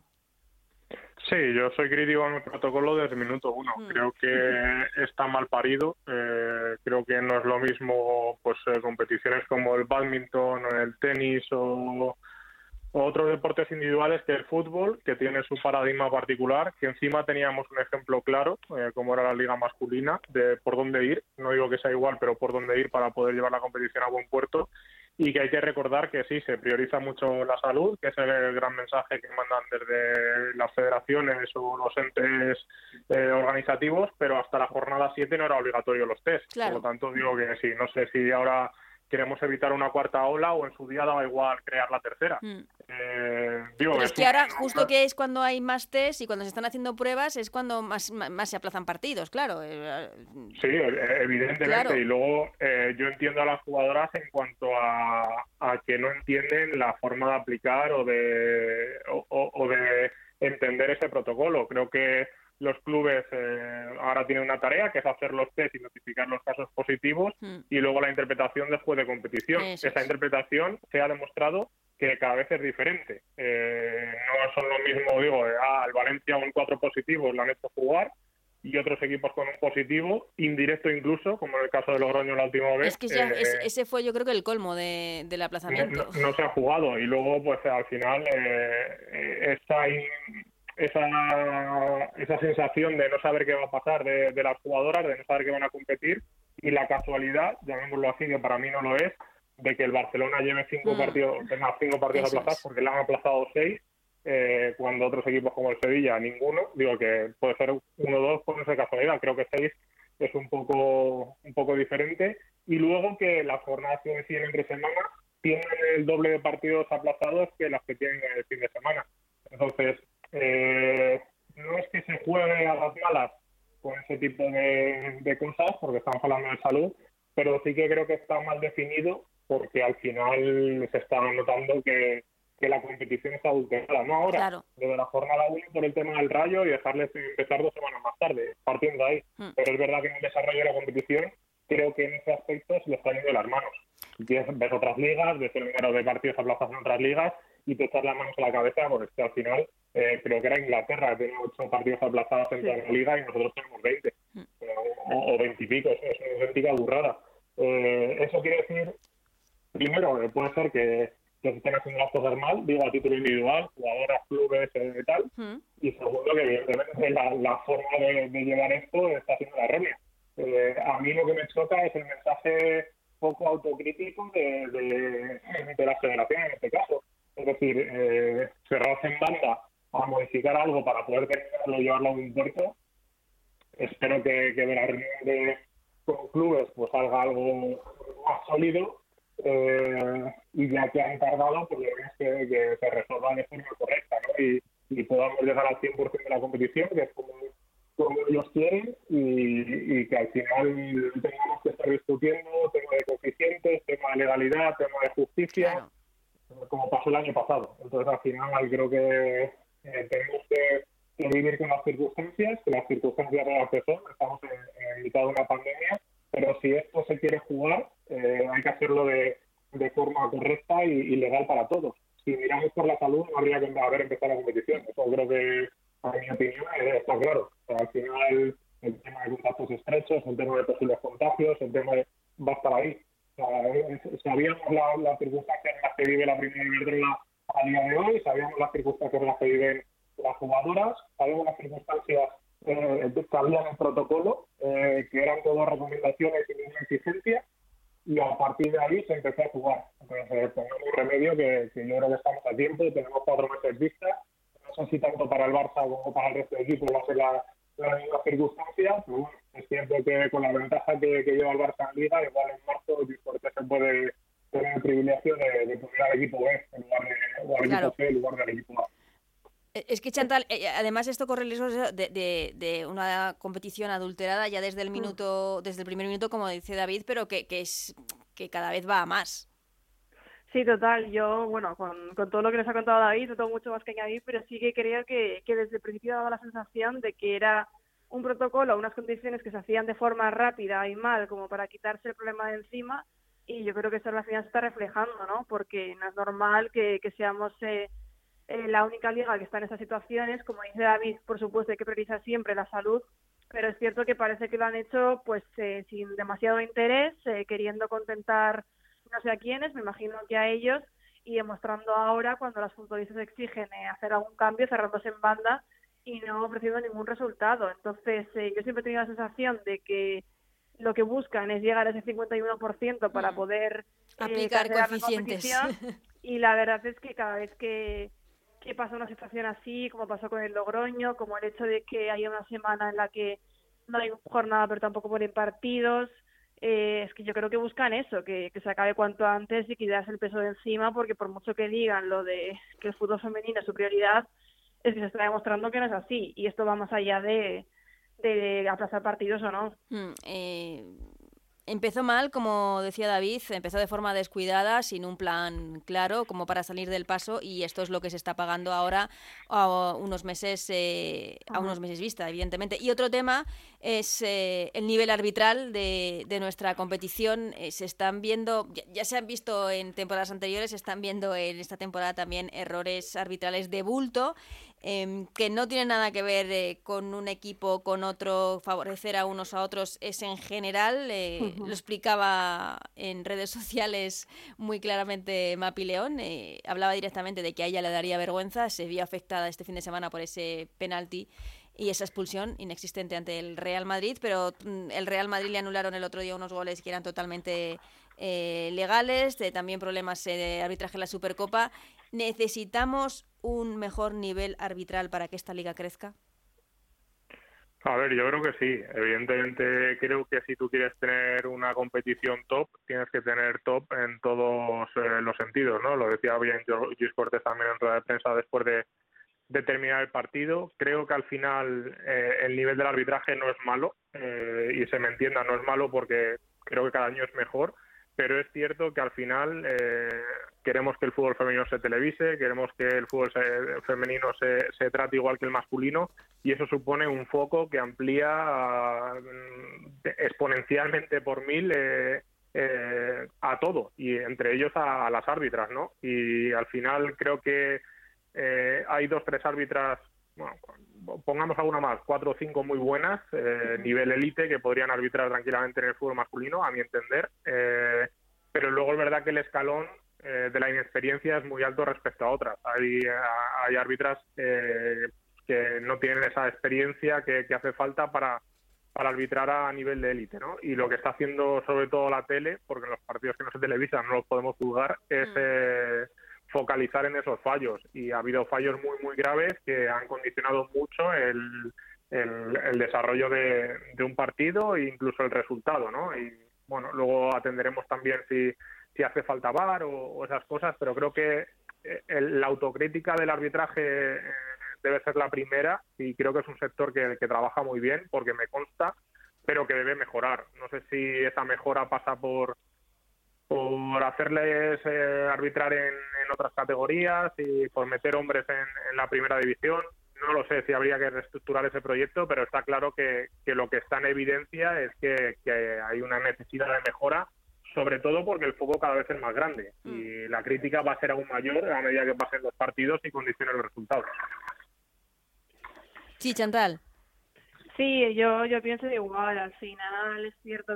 Sí, yo soy crítico con el protocolo desde el minuto 1. Creo que está mal parido. Creo que no es lo mismo pues competiciones como el bádminton o el tenis o otros deportes individuales que el fútbol, que tiene su paradigma particular, que encima teníamos un ejemplo claro, como era la liga masculina, de por dónde ir. No digo que sea igual, pero por dónde ir para poder llevar la competición a buen puerto. Y que hay que recordar que sí, se prioriza mucho la salud, que es el gran mensaje que mandan desde las federaciones o los entes organizativos, pero hasta la jornada 7 no era obligatorio los test. Claro. Por lo tanto, digo que sí, no sé si ahora queremos evitar una cuarta ola o en su día daba igual crear la tercera. Pero es que ahora, justo que es cuando hay más test y cuando se están haciendo pruebas, es cuando más se aplazan partidos, claro. Sí, evidentemente. Claro. Y luego yo entiendo a las jugadoras en cuanto a que no entienden la forma de aplicar o de entender ese protocolo. Creo que los clubes ahora tienen una tarea, que es hacer los test y notificar los casos positivos, y luego la interpretación después de competición. Esa interpretación se ha demostrado que cada vez es diferente. No son lo mismo, digo, al Valencia un 4 positivos lo han hecho jugar, y otros equipos con un positivo, indirecto incluso, como en el caso de Logroño la última vez. Es que ya ese fue yo creo que el colmo del aplazamiento. No se ha jugado, y luego pues al final esa sensación de no saber qué va a pasar de las jugadoras, de no saber qué van a competir, y la casualidad, llamémoslo así, que para mí no lo es, que el Barcelona lleve 5 partidos, tenga 5 partidos aplazados, porque le han aplazado 6, cuando otros equipos como el Sevilla, ninguno. Digo que puede ser 1 o 2, puede ser casualidad. Creo que 6 es un poco diferente. Y luego que las jornadas que deciden entre semanas tienen el doble de partidos aplazados que las que tienen el fin de semana. Entonces, no es que se juegue a las malas con ese tipo de cosas, porque estamos hablando de salud, pero sí que creo que está mal definido, porque al final se está notando que la competición está adulterada, no ahora, claro, desde la jornada 1 por el tema del Rayo y dejarles empezar 2 semanas más tarde, partiendo de ahí. Pero es verdad que en el desarrollo de la competición creo que en ese aspecto se le está yendo de las manos. Ves otras ligas, ves el número de partidos aplazados en otras ligas y te echas las manos a la cabeza, porque es que al final creo que era Inglaterra, que tiene 8 partidos aplazados en toda la liga y nosotros tenemos 20 o 20 y pico. Es una auténtica burrada. Eso quiere decir, primero, puede ser que se estén haciendo las cosas mal, digo a título individual, jugadoras, clubes y tal, y segundo, que evidentemente la forma de llevar esto está siendo la errónea. A mí lo que me choca es el mensaje poco autocrítico de la federación en este caso. Es decir, cerrarse en banda a modificar algo para poder terminarlo y llevarlo a un puerto. Espero que de la reunión con clubes pues salga algo más sólido, y ya que han tardado, pues que se resuelva de forma correcta, ¿no? Y podamos llegar al 100% de la competición, que es como ellos quieren, y que al final tengamos que estar discutiendo tema de coeficientes, tema de legalidad, tema de justicia, como pasó el año pasado. Entonces al final creo que tenemos que vivir con las circunstancias, que las circunstancias de la persona, estamos en mitad de una pandemia, pero si esto se quiere jugar, hay que hacerlo de forma correcta y legal para todos. Si miramos por la salud, no habría que haber empezado la competición. Eso creo que, a mi opinión, está claro. O sea, al final, el tema de contactos estrechos, el tema de posibles contagios, el tema va a estar ahí. O sea, sabíamos las circunstancias en las que vive la primera Iberdrola a día de hoy, sabíamos las circunstancias en las que viven las jugadoras, sabíamos las circunstancias que había en el protocolo, que eran todas recomendaciones y ninguna exigencia, y a partir de ahí se empezó a jugar. Entonces, pongamos remedio, que yo creo que estamos a tiempo, tenemos 4 meses vista, no sé si tanto para el Barça como para el resto de equipos va a ser la misma circunstancia, pero bueno, es cierto que con la ventaja que lleva el Barça en Liga, igual en marzo el Sporting se puede tener el privilegio de poner al equipo B en lugar o al equipo C en lugar del equipo A. Es que, Chantal, además esto corre el riesgo de una competición adulterada ya desde el primer minuto, como dice David, pero que cada vez va a más. Sí, total. Yo, bueno, con todo lo que les ha contado David, no tengo mucho más que añadir, pero sí que creo que desde el principio daba la sensación de que era un protocolo, unas condiciones que se hacían de forma rápida y mal, como para quitarse el problema de encima, y yo creo que eso al final se está reflejando, ¿no? Porque no es normal que seamos la única liga que está en esas situaciones. Como dice David, por supuesto hay que priorizar siempre la salud, pero es cierto que parece que lo han hecho pues sin demasiado interés, queriendo contentar no sé a quiénes, me imagino que a ellos, y demostrando ahora cuando las futbolistas exigen hacer algún cambio, cerrándose en banda y no ofreciendo ningún resultado. Entonces yo siempre he tenido la sensación de que lo que buscan es llegar a ese 51% para poder aplicar coeficientes. Y la verdad es que cada vez que pasa una situación así, como pasó con el Logroño, como el hecho de que haya una semana en la que no hay jornada pero tampoco ponen partidos, es que yo creo que buscan eso, que se acabe cuanto antes y quitarse el peso de encima, porque por mucho que digan lo de que el fútbol femenino es su prioridad, es que se está demostrando que no es así, y esto va más allá de aplazar partidos o no. Empezó mal, como decía David, empezó de forma descuidada, sin un plan claro como para salir del paso, y esto es lo que se está pagando ahora a unos meses vista, evidentemente. Y otro tema es el nivel arbitral de nuestra competición. Se están viendo, ya se han visto en temporadas anteriores, se están viendo en esta temporada también errores arbitrales de bulto, que no tienen nada que ver con un equipo, con otro, favorecer a unos a otros es en general. Lo explicaba en redes sociales muy claramente Mapi León, hablaba directamente de que a ella le daría vergüenza, se vio afectada este fin de semana por ese penalti y esa expulsión inexistente ante el Real Madrid, pero el Real Madrid le anularon el otro día unos goles que eran totalmente legales, también problemas de arbitraje en la Supercopa. ¿Necesitamos un mejor nivel arbitral para que esta liga crezca? A ver, yo creo que sí. Evidentemente, creo que si tú quieres tener una competición top, tienes que tener top en todos los sentidos, ¿no? Lo decía bien Lluís Cortés también en rueda de prensa después de terminar el partido. Creo que al final el nivel del arbitraje no es malo, y se me entienda, no es malo porque creo que cada año es mejor, pero es cierto que al final queremos que el fútbol femenino se televise, queremos que el fútbol femenino se trate igual que el masculino, y eso supone un foco que amplía exponencialmente por 1000 a todo, y entre ellos a las árbitras, ¿no? Y al final creo que hay 2-3 árbitras, bueno, pongamos alguna más, 4 o 5 muy buenas, nivel élite, que podrían arbitrar tranquilamente en el fútbol masculino, a mi entender, pero luego es verdad que el escalón de la inexperiencia es muy alto respecto a otras. Hay árbitras que no tienen esa experiencia que hace falta para arbitrar a nivel de élite, ¿no? Y lo que está haciendo sobre todo la tele, porque en los partidos que no se televisan no los podemos juzgar, es focalizar en esos fallos, y ha habido fallos muy muy graves que han condicionado mucho el desarrollo de un partido e incluso el resultado, ¿no? Y bueno, luego atenderemos también si hace falta VAR o esas cosas, pero creo que la autocrítica del arbitraje debe ser la primera, y creo que es un sector que trabaja muy bien, porque me consta, pero que debe mejorar. No sé si esa mejora pasa por hacerles arbitrar en otras categorías y por meter hombres en la primera división. No lo sé si habría que reestructurar ese proyecto, pero está claro que lo que está en evidencia es que hay una necesidad de mejora, sobre todo porque el foco cada vez es más grande, y la crítica va a ser aún mayor a medida que pasen los partidos y condicionen los resultados. Sí, Chantal. Sí, yo pienso igual. Al final es cierto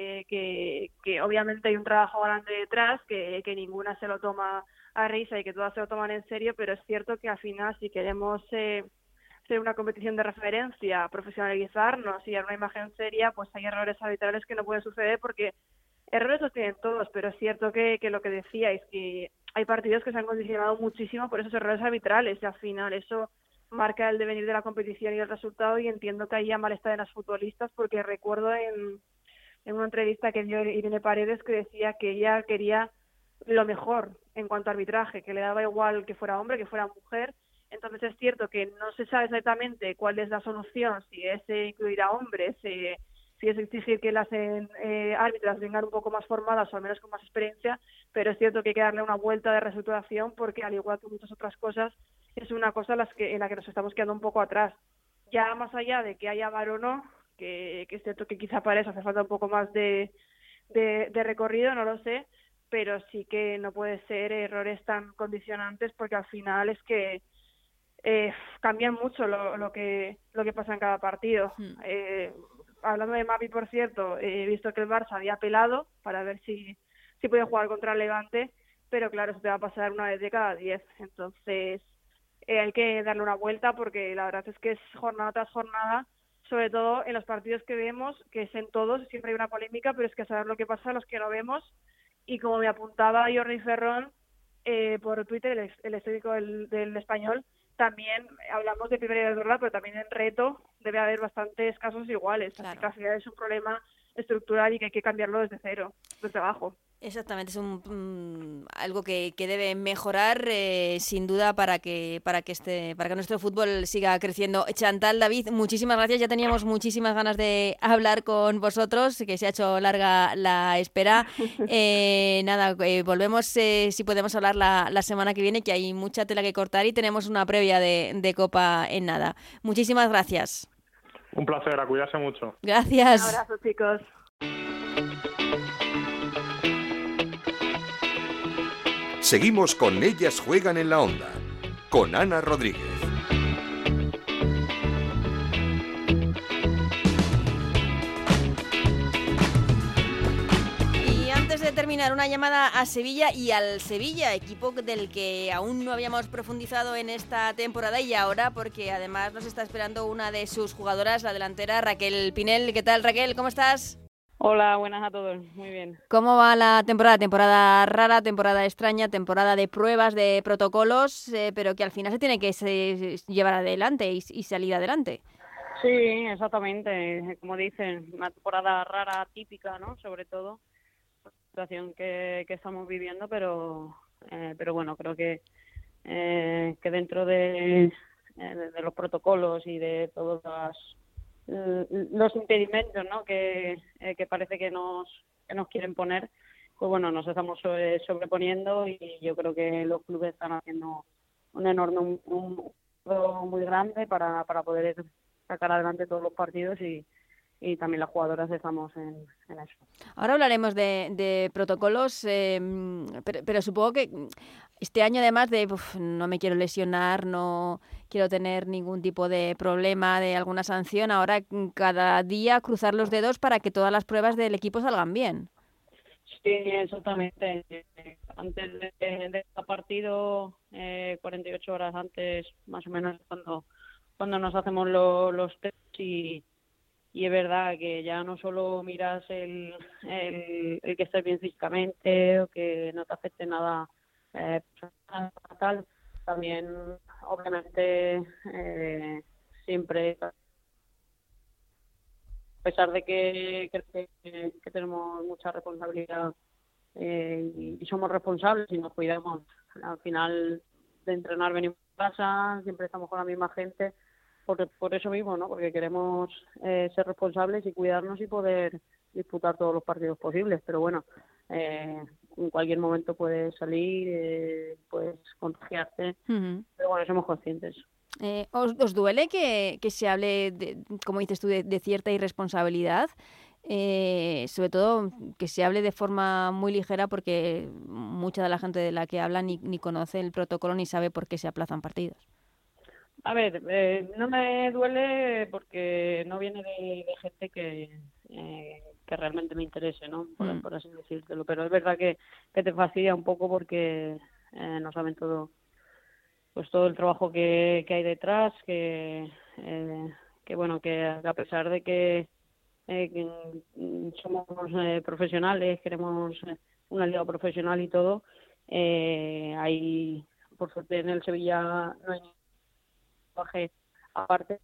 que obviamente hay un trabajo grande detrás, que ninguna se lo toma a risa y que todas se lo toman en serio, pero es cierto que al final, si queremos ser una competición de referencia, profesionalizarnos y dar una imagen seria, pues hay errores arbitrales que no pueden suceder, porque errores los tienen todos, pero es cierto que lo que decíais, que hay partidos que se han condicionado muchísimo por esos errores arbitrales, y al final eso marca el devenir de la competición y el resultado, y entiendo que haya malestar en las futbolistas, porque recuerdo en una entrevista que dio Irene Paredes que decía que ella quería lo mejor en cuanto a arbitraje, que le daba igual que fuera hombre, que fuera mujer. Entonces es cierto que no se sabe exactamente cuál es la solución, si es incluir a hombres, si es exigir que las árbitras vengan un poco más formadas o al menos con más experiencia, pero es cierto que hay que darle una vuelta de reestructuración, porque al igual que muchas otras cosas, es una cosa en la que nos estamos quedando un poco atrás. Ya más allá de que haya VAR o no, que es cierto que quizá para eso hace falta un poco más de recorrido, no lo sé, pero sí que no puede ser errores tan condicionantes, porque al final es que cambian mucho lo que pasa en cada partido. Hablando de Mapi, por cierto, he visto que el Barça había apelado para ver si puede jugar contra el Levante, pero claro, eso te va a pasar una vez de cada 10. Entonces hay que darle una vuelta, porque la verdad es que es jornada tras jornada, sobre todo en los partidos que vemos, que es en todos, siempre hay una polémica, pero es que a saber lo que pasa a los que no vemos. Y como me apuntaba Jordi Ferrón por Twitter, el histórico del Español, también hablamos de primera y de verdad, pero también en Reto debe haber bastantes casos iguales. Claro. Así que al final es un problema estructural y que hay que cambiarlo desde cero, desde abajo. Exactamente, es algo que debe mejorar sin duda para que nuestro fútbol siga creciendo. Chantal, David, muchísimas gracias. Ya teníamos muchísimas ganas de hablar con vosotros, que se ha hecho larga la espera. Volvemos si podemos hablar la semana que viene, que hay mucha tela que cortar y tenemos una previa de Copa en nada. Muchísimas gracias. Un placer, a cuidarse mucho. Gracias. Un abrazo, chicos. Seguimos con Ellas Juegan en la Onda, con Ana Rodríguez. Y antes de terminar, una llamada a Sevilla y al Sevilla, equipo del que aún no habíamos profundizado en esta temporada, y ahora porque además nos está esperando una de sus jugadoras, la delantera Raquel Pinel. ¿Qué tal, Raquel? ¿Cómo estás? Hola, buenas a todos. Muy bien. ¿Cómo va la temporada? Temporada rara, temporada extraña, temporada de pruebas, de protocolos, pero que al final se tiene que llevar adelante y salir adelante. Sí, exactamente. Como dicen, una temporada rara, típica, ¿no? Sobre todo, la situación que estamos viviendo, pero bueno, creo que dentro de los protocolos y de todos los impedimentos, ¿no? que parece que nos quieren poner, pues bueno, nos estamos sobreponiendo, y yo creo que los clubes están haciendo un enorme un muy grande para poder sacar adelante todos los partidos, y también las jugadoras estamos en eso. Ahora hablaremos de protocolos, pero supongo que este año, además de no me quiero lesionar, no quiero tener ningún tipo de problema, de alguna sanción, ahora cada día cruzar los dedos para que todas las pruebas del equipo salgan bien. Sí, exactamente. Antes de cada partido, 48 horas antes, más o menos, cuando nos hacemos los test, y es verdad que ya no solo miras el que estés bien físicamente o que no te afecte nada tal, también obviamente siempre, a pesar de que tenemos mucha responsabilidad y somos responsables y nos cuidamos, al final de entrenar venimos a casa, siempre estamos con la misma gente, por eso mismo, ¿no? Porque queremos ser responsables y cuidarnos y poder disputar todos los partidos posibles, pero bueno, en cualquier momento puedes salir, puedes contagiarte, pero bueno, somos conscientes. ¿Os duele que se hable, como dices tú, de cierta irresponsabilidad? Sobre todo que se hable de forma muy ligera, porque mucha de la gente de la que habla ni conoce el protocolo ni sabe por qué se aplazan partidos. A ver, no me duele porque no viene de gente que realmente me interese, ¿no? Por así decírtelo. Pero es verdad que te fastidia un poco porque no saben todo el trabajo que hay detrás, que bueno, que a pesar de que somos profesionales, queremos una liga profesional y todo, hay, por suerte en el Sevilla no hay trabaje aparte,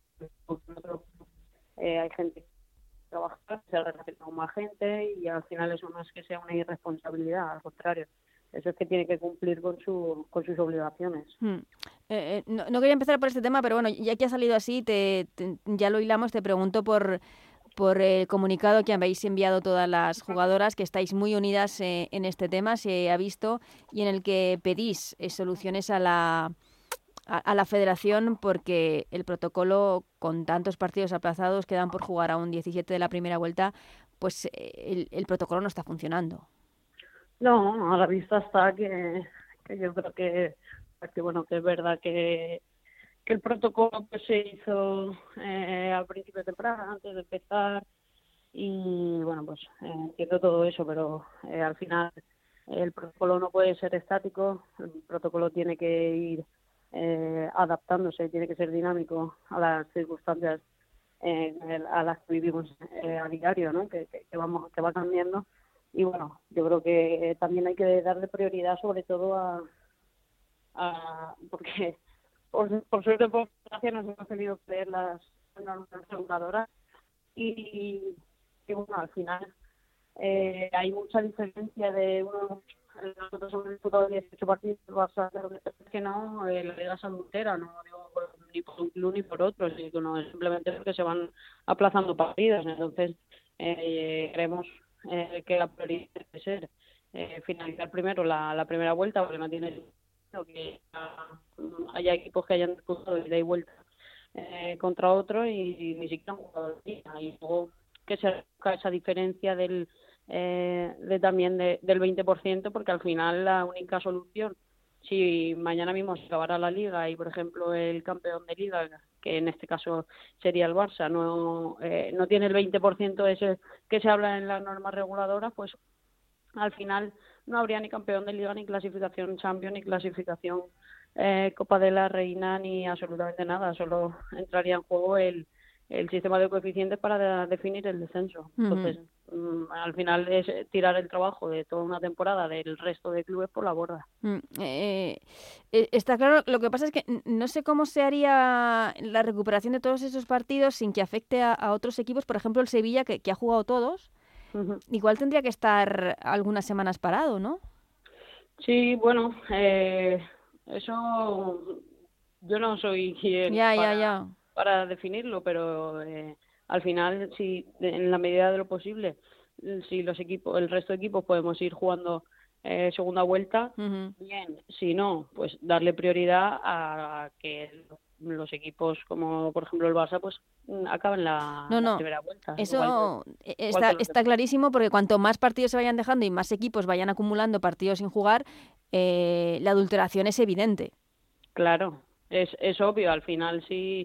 hay gente que trabaja, se relaciona con más gente, y al final eso no es que sea una irresponsabilidad, al contrario, eso es que tiene que cumplir con sus obligaciones. No quería empezar por este tema, pero bueno, ya que ha salido así, ya lo hilamos, te pregunto por el comunicado que habéis enviado todas las jugadoras, que estáis muy unidas en este tema, se ha visto, y en el que pedís soluciones a la federación, porque el protocolo, con tantos partidos aplazados, quedan por jugar aún 17 de la primera vuelta, pues el protocolo no está funcionando. No, a la vista está que yo creo que bueno, que es verdad que el protocolo pues se hizo al principio de temporada, antes de empezar, y bueno, pues entiendo todo eso, pero al final el protocolo no puede ser estático, el protocolo tiene que ir adaptándose, tiene que ser dinámico a las circunstancias a las que vivimos a diario, ¿no? Que va cambiando, y bueno, yo creo que también hay que darle prioridad sobre todo porque por suerte, por desgracia, nos hemos tenido que leer las normas reguladoras, y bueno, al final hay mucha diferencia de uno. Nosotros hemos disputado 18 partidos, es que no, la liga es adultera, no digo ni por un club ni por otro, sino simplemente porque se van aplazando partidos. Entonces creemos que la prioridad debe ser finalizar primero la primera vuelta, porque no tiene que haya equipos que hayan disputado ida y vuelta contra otro y ni siquiera han jugado el día, y luego que se haga esa diferencia del 20%, porque al final la única solución, si mañana mismo se acabara la liga y por ejemplo el campeón de liga, que en este caso sería el Barça, no tiene el 20% ese que se habla en las normas reguladoras, pues al final no habría ni campeón de liga, ni clasificación Champions, ni clasificación Copa de la Reina, ni absolutamente nada. Solo entraría en juego el el sistema de coeficientes para definir el descenso. Entonces, al final es tirar el trabajo de toda una temporada del resto de clubes por la borda. Está claro, lo que pasa es que no sé cómo se haría la recuperación de todos esos partidos sin que afecte a otros equipos, por ejemplo el Sevilla, que ha jugado todos, igual tendría que estar algunas semanas parado, ¿no? Sí, bueno, eso yo no soy quien para definirlo, pero al final, si en la medida de lo posible, si el resto de equipos podemos ir jugando segunda vuelta, bien. Si no, pues darle prioridad a que los equipos como por ejemplo el Barça pues acaben la primera vuelta. Eso está clarísimo, porque cuanto más partidos se vayan dejando y más equipos vayan acumulando partidos sin jugar, la adulteración es evidente. Claro, es obvio. Al final sí,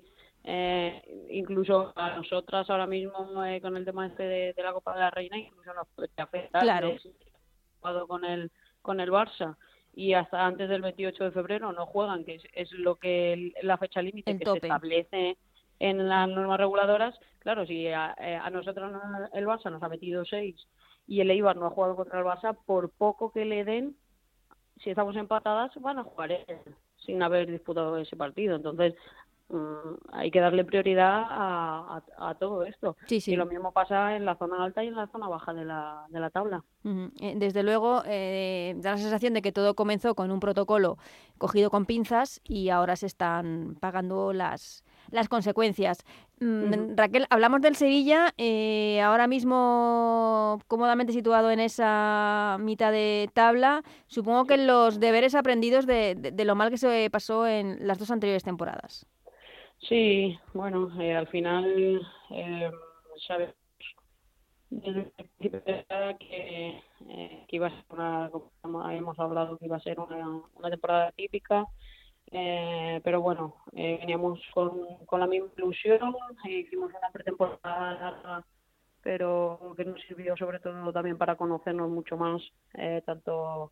incluso a nosotras ahora mismo con el tema de la Copa de la Reina incluso nos puede afectar. Claro. Con el Barça y hasta antes del 28 de febrero no juegan, que es lo que la fecha límite que se establece en las normas reguladoras. Claro, si a nosotros el Barça nos ha metido 6 y el Eibar no ha jugado contra el Barça, por poco que le den, si estamos empatadas, van a jugar sin haber disputado ese partido. Entonces hay que darle prioridad a todo esto. Sí. Y lo mismo pasa en la zona alta y en la zona baja de la tabla. Desde luego, da la sensación de que todo comenzó con un protocolo cogido con pinzas y ahora se están pagando las consecuencias. Raquel, hablamos del Sevilla, ahora mismo cómodamente situado en esa mitad de tabla. Supongo que los deberes aprendidos de lo mal que se pasó en las 2 anteriores temporadas. Sí, bueno, al final sabemos desde el principio que iba a ser como hemos hablado, que iba a ser una temporada típica, pero bueno, veníamos con la misma ilusión, hicimos una pretemporada larga, pero que nos sirvió sobre todo también para conocernos mucho más, tanto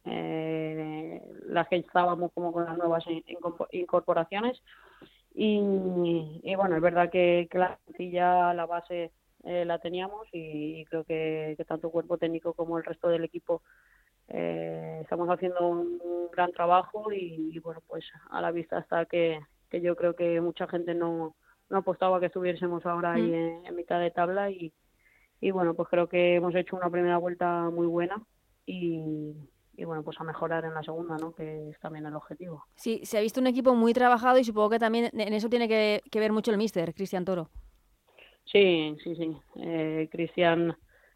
las que estábamos como con las nuevas incorporaciones. Y bueno, es verdad que la plantilla, la base la teníamos y creo que tanto cuerpo técnico como el resto del equipo estamos haciendo un gran trabajo y bueno, pues a la vista está que yo creo que mucha gente no apostaba que estuviésemos ahora ahí en mitad de tabla y bueno, pues creo que hemos hecho una primera vuelta muy buena y bueno, pues a mejorar en la segunda, ¿no? Que es también el objetivo. Sí, se ha visto un equipo muy trabajado y supongo que también en eso tiene que ver mucho el míster, Cristian Toro. Sí. Cristian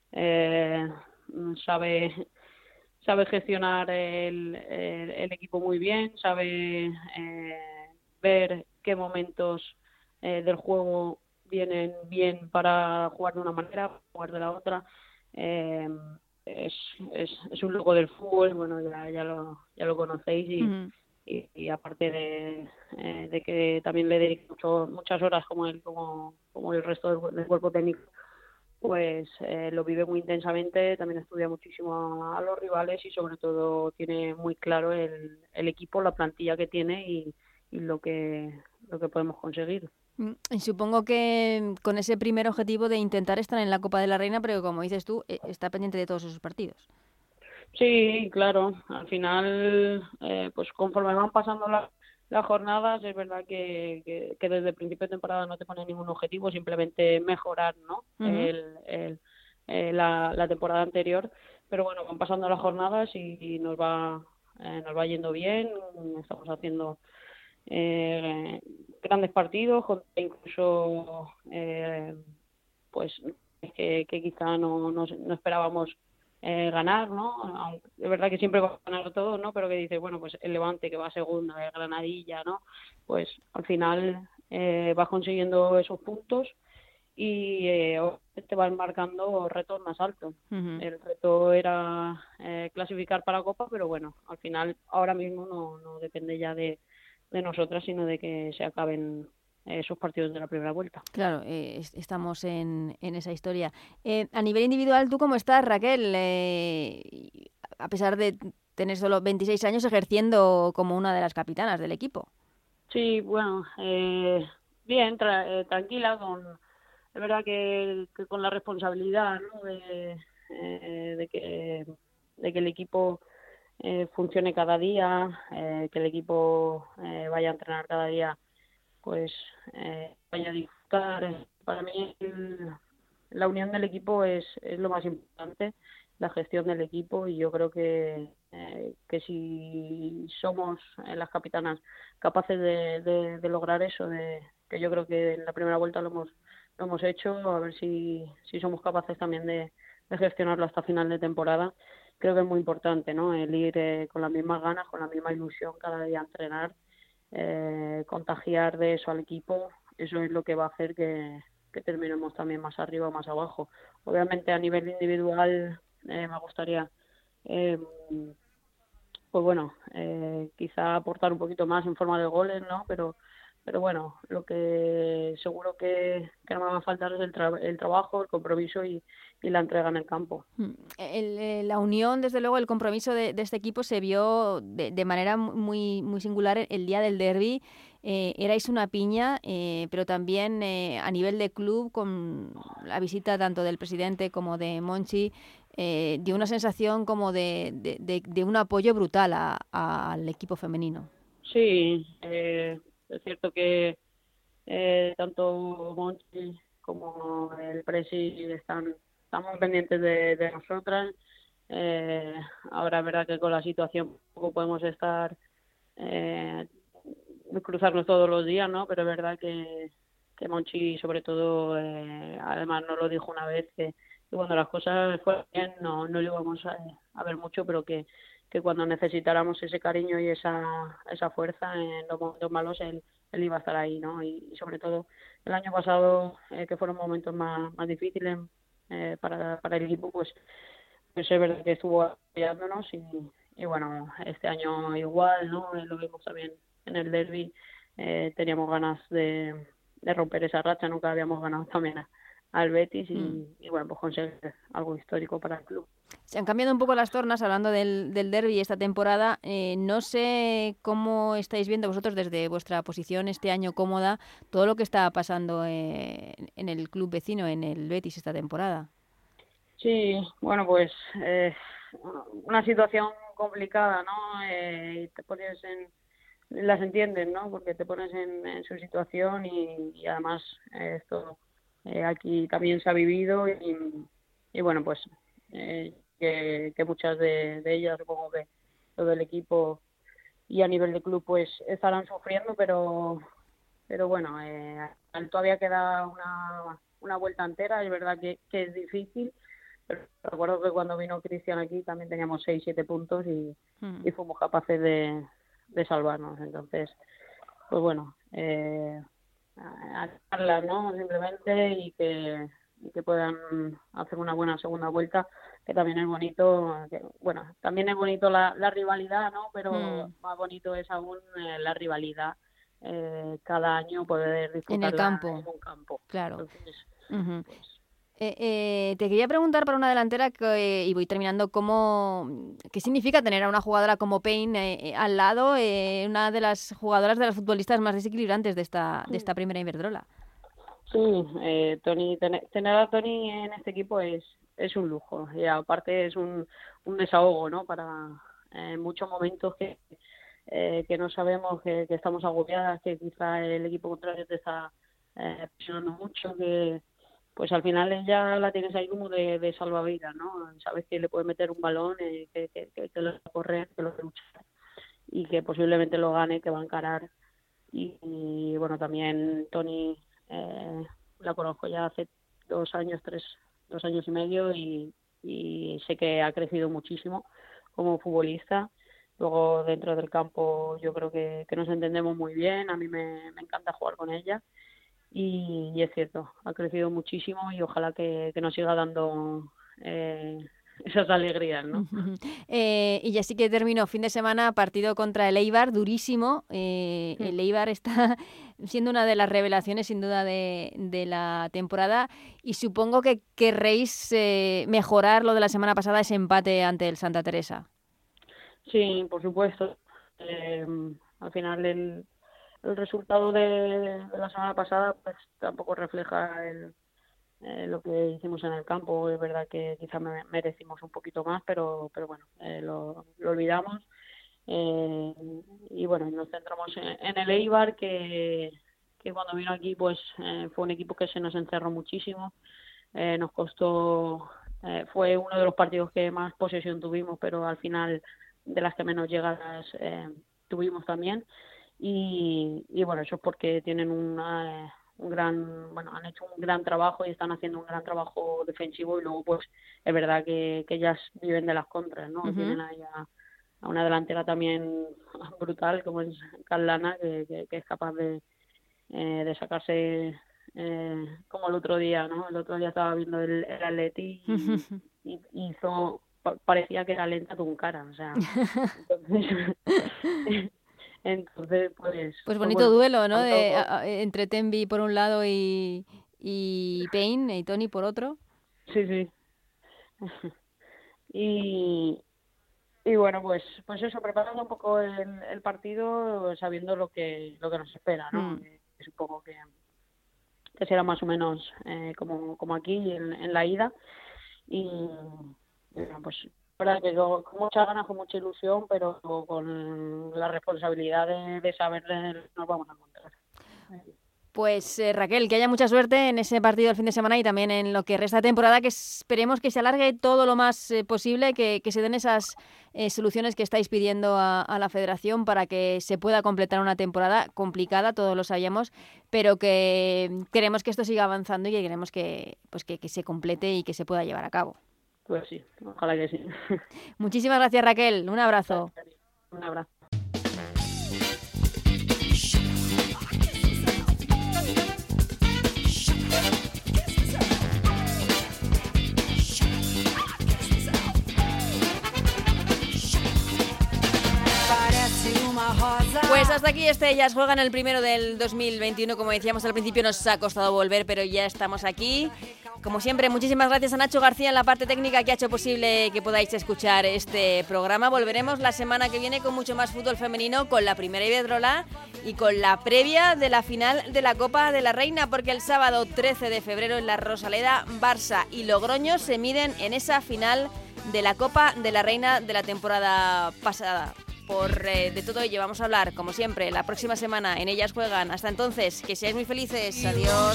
sabe gestionar el equipo muy bien, sabe ver qué momentos del juego vienen bien para jugar de una manera, jugar de la otra. Es un loco del fútbol, bueno, ya lo conocéis y aparte de que también le dedica muchas horas como el resto del cuerpo técnico, pues lo vive muy intensamente, también estudia muchísimo a los rivales y sobre todo tiene muy claro el equipo, la plantilla que tiene y lo que podemos conseguir. Y supongo que con ese primer objetivo de intentar estar en la Copa de la Reina, pero como dices tú, está pendiente de todos esos partidos. Sí, claro. Al final, pues conforme van pasando las jornadas, es verdad que desde el principio de temporada no te ponen ningún objetivo, simplemente mejorar, ¿no? La temporada anterior. Pero bueno, van pasando las jornadas y nos va yendo bien. Estamos haciendo grandes partidos, incluso pues que quizá no esperábamos ganar, ¿no? Es verdad que siempre va a ganar todo, ¿no? Pero que dices, bueno, pues el Levante que va a segunda, el Granadilla, ¿no? Pues al final vas consiguiendo esos puntos y te van marcando retos más altos. El reto era clasificar para Copa, pero bueno, al final ahora mismo no depende ya de nosotras, sino de que se acaben esos partidos de la primera vuelta. Claro, estamos en esa historia. A nivel individual, ¿tú cómo estás, Raquel? A pesar de tener solo 26 años, ejerciendo como una de las capitanas del equipo. Sí, bueno, Bien, tranquila, es verdad que con la responsabilidad, ¿no? De que el equipo funcione cada día, que el equipo vaya a entrenar cada día, pues vaya a disfrutar. Para mí la unión del equipo es lo más importante, la gestión del equipo, y yo creo que si somos las capitanas capaces de lograr eso, que yo creo que en la primera vuelta lo hemos hecho, a ver si somos capaces también de gestionarlo hasta final de temporada. Creo que es muy importante, ¿no? El ir con las mismas ganas, con la misma ilusión cada día a entrenar, contagiar de eso al equipo. Eso es lo que va a hacer que terminemos también más arriba o más abajo. Obviamente a nivel individual me gustaría pues bueno, quizá aportar un poquito más en forma de goles, ¿no? Pero bueno, lo que seguro que no me va a faltar es el trabajo, el compromiso y la entrega en el campo. La unión, desde luego, el compromiso de este equipo se vio de manera muy, muy singular el día del derbi. Erais una piña, pero también a nivel de club, con la visita tanto del presidente como de Monchi, dio una sensación como de un apoyo brutal al equipo femenino. Sí, es cierto que tanto Monchi como el presi estamos pendientes de nosotras. Ahora es verdad que con la situación poco podemos estar cruzarnos todos los días, ¿no? Pero es verdad que Monchi, sobre todo, además nos lo dijo una vez, que cuando las cosas fueran bien no lo íbamos a ver mucho, pero que cuando necesitáramos ese cariño y esa fuerza en los momentos malos, él iba a estar ahí, ¿no? Y sobre todo el año pasado, que fueron momentos más difíciles para el equipo, pues es verdad que estuvo apoyándonos y bueno, este año igual, ¿no? Lo vimos también en el derbi, teníamos ganas de romper esa racha, nunca habíamos ganado también al Betis y bueno, pues conseguir algo histórico para el club. Se han cambiado un poco las tornas hablando del derbi esta temporada. No sé cómo estáis viendo vosotros desde vuestra posición este año cómoda todo lo que está pasando en el club vecino, en el Betis esta temporada. Sí, bueno, pues una situación complicada, ¿no? Y te pones las entiendes, ¿no? Porque te pones en su situación y además esto aquí también se ha vivido y bueno, pues que muchas de ellas, supongo que todo el equipo y a nivel de club pues estarán sufriendo, pero bueno, todavía queda una vuelta entera. Es verdad que es difícil, pero recuerdo que cuando vino Cristian aquí también teníamos 6-7 puntos y fuimos capaces de salvarnos. Entonces, pues bueno, a ¿no? Simplemente y que puedan hacer una buena segunda vuelta, que también es bonito. Bueno, también es bonito la rivalidad, ¿no? Pero más bonito es aún la rivalidad. Cada año poder disfrutarla en un campo. Claro. Entonces, pues, te quería preguntar para una delantera y voy terminando, ¿qué significa tener a una jugadora como Payne al lado, una de las jugadoras, de las futbolistas más desequilibrantes de esta primera Iberdrola? Sí, tener a Toni en este equipo es un lujo y aparte es un desahogo, ¿no? Para muchos momentos que no sabemos, que estamos agobiadas, que quizá el equipo contrario te está presionando mucho, que pues al final ella la tienes ahí como de salvavidas, ¿no? Sabes que le puede meter un balón, que lo va a correr, que lo va a luchar y que posiblemente lo gane, que va a encarar. Y bueno, también Toni la conozco ya hace 2 años y medio y sé que ha crecido muchísimo como futbolista. Luego dentro del campo yo creo que nos entendemos muy bien, a mí me encanta jugar con ella. Y es cierto, ha crecido muchísimo y ojalá que nos siga dando esas alegrías, ¿no? Y ya sí que terminó fin de semana, partido contra el Eibar, durísimo. El Eibar está siendo una de las revelaciones sin duda de la temporada y supongo que querréis mejorar lo de la semana pasada, ese empate ante el Santa Teresa. Sí, por supuesto. Al final el resultado de la semana pasada pues tampoco refleja lo que hicimos en el campo. Es verdad que quizás merecimos un poquito más, pero bueno, lo olvidamos. Y bueno, nos centramos en el Eibar, que cuando vino aquí pues fue un equipo que se nos encerró muchísimo. Nos costó, fue uno de los partidos que más posesión tuvimos, pero al final de las que menos llegadas tuvimos también. Y bueno, eso es porque tienen han hecho un gran trabajo y están haciendo un gran trabajo defensivo, y luego pues es verdad que ellas viven de las contras, ¿no? Uh-huh. Tienen ahí a una delantera también brutal como es Carlana, que es capaz de sacarse como el otro día, ¿no? El otro día estaba viendo el Atleti y hizo, parecía que era lenta Tuncara, o sea, entonces pues bonito duelo, ¿no? Entre Tembi por un lado y Payne y Toni por otro. Sí. Y bueno, pues eso, preparando un poco el partido, sabiendo lo que nos espera, ¿no? Es un poco que será más o menos como aquí en la ida. Y bueno, pues verdad que yo con muchas ganas, con mucha ilusión, pero con la responsabilidad de saber que nos vamos a encontrar. Pues Raquel, que haya mucha suerte en ese partido del fin de semana y también en lo que resta de temporada, que esperemos que se alargue todo lo más posible, que se den esas soluciones que estáis pidiendo a la Federación para que se pueda completar una temporada complicada, todos lo sabíamos, pero que queremos que esto siga avanzando y que queremos que se complete y que se pueda llevar a cabo. Pues sí, ojalá que sí. Muchísimas gracias, Raquel. Un abrazo. Un abrazo. Pues hasta aquí Ellas Juegan, el primero del 2021. Como decíamos al principio, nos ha costado volver, pero ya estamos aquí. Como siempre, muchísimas gracias a Nacho García en la parte técnica, que ha hecho posible que podáis escuchar este programa. Volveremos la semana que viene con mucho más fútbol femenino, con la primera Iberdrola y con la previa de la final de la Copa de la Reina, porque el sábado 13 de febrero en la Rosaleda, Barça y Logroño se miden en esa final de la Copa de la Reina de la temporada pasada. De todo ello vamos a hablar, como siempre, la próxima semana en Ellas Juegan. Hasta entonces, que seáis muy felices. Adiós.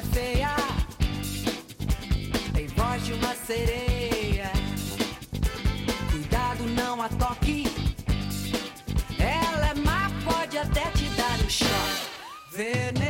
De uma sereia, cuidado, não a toque. Ela é má, pode até te dar um choque.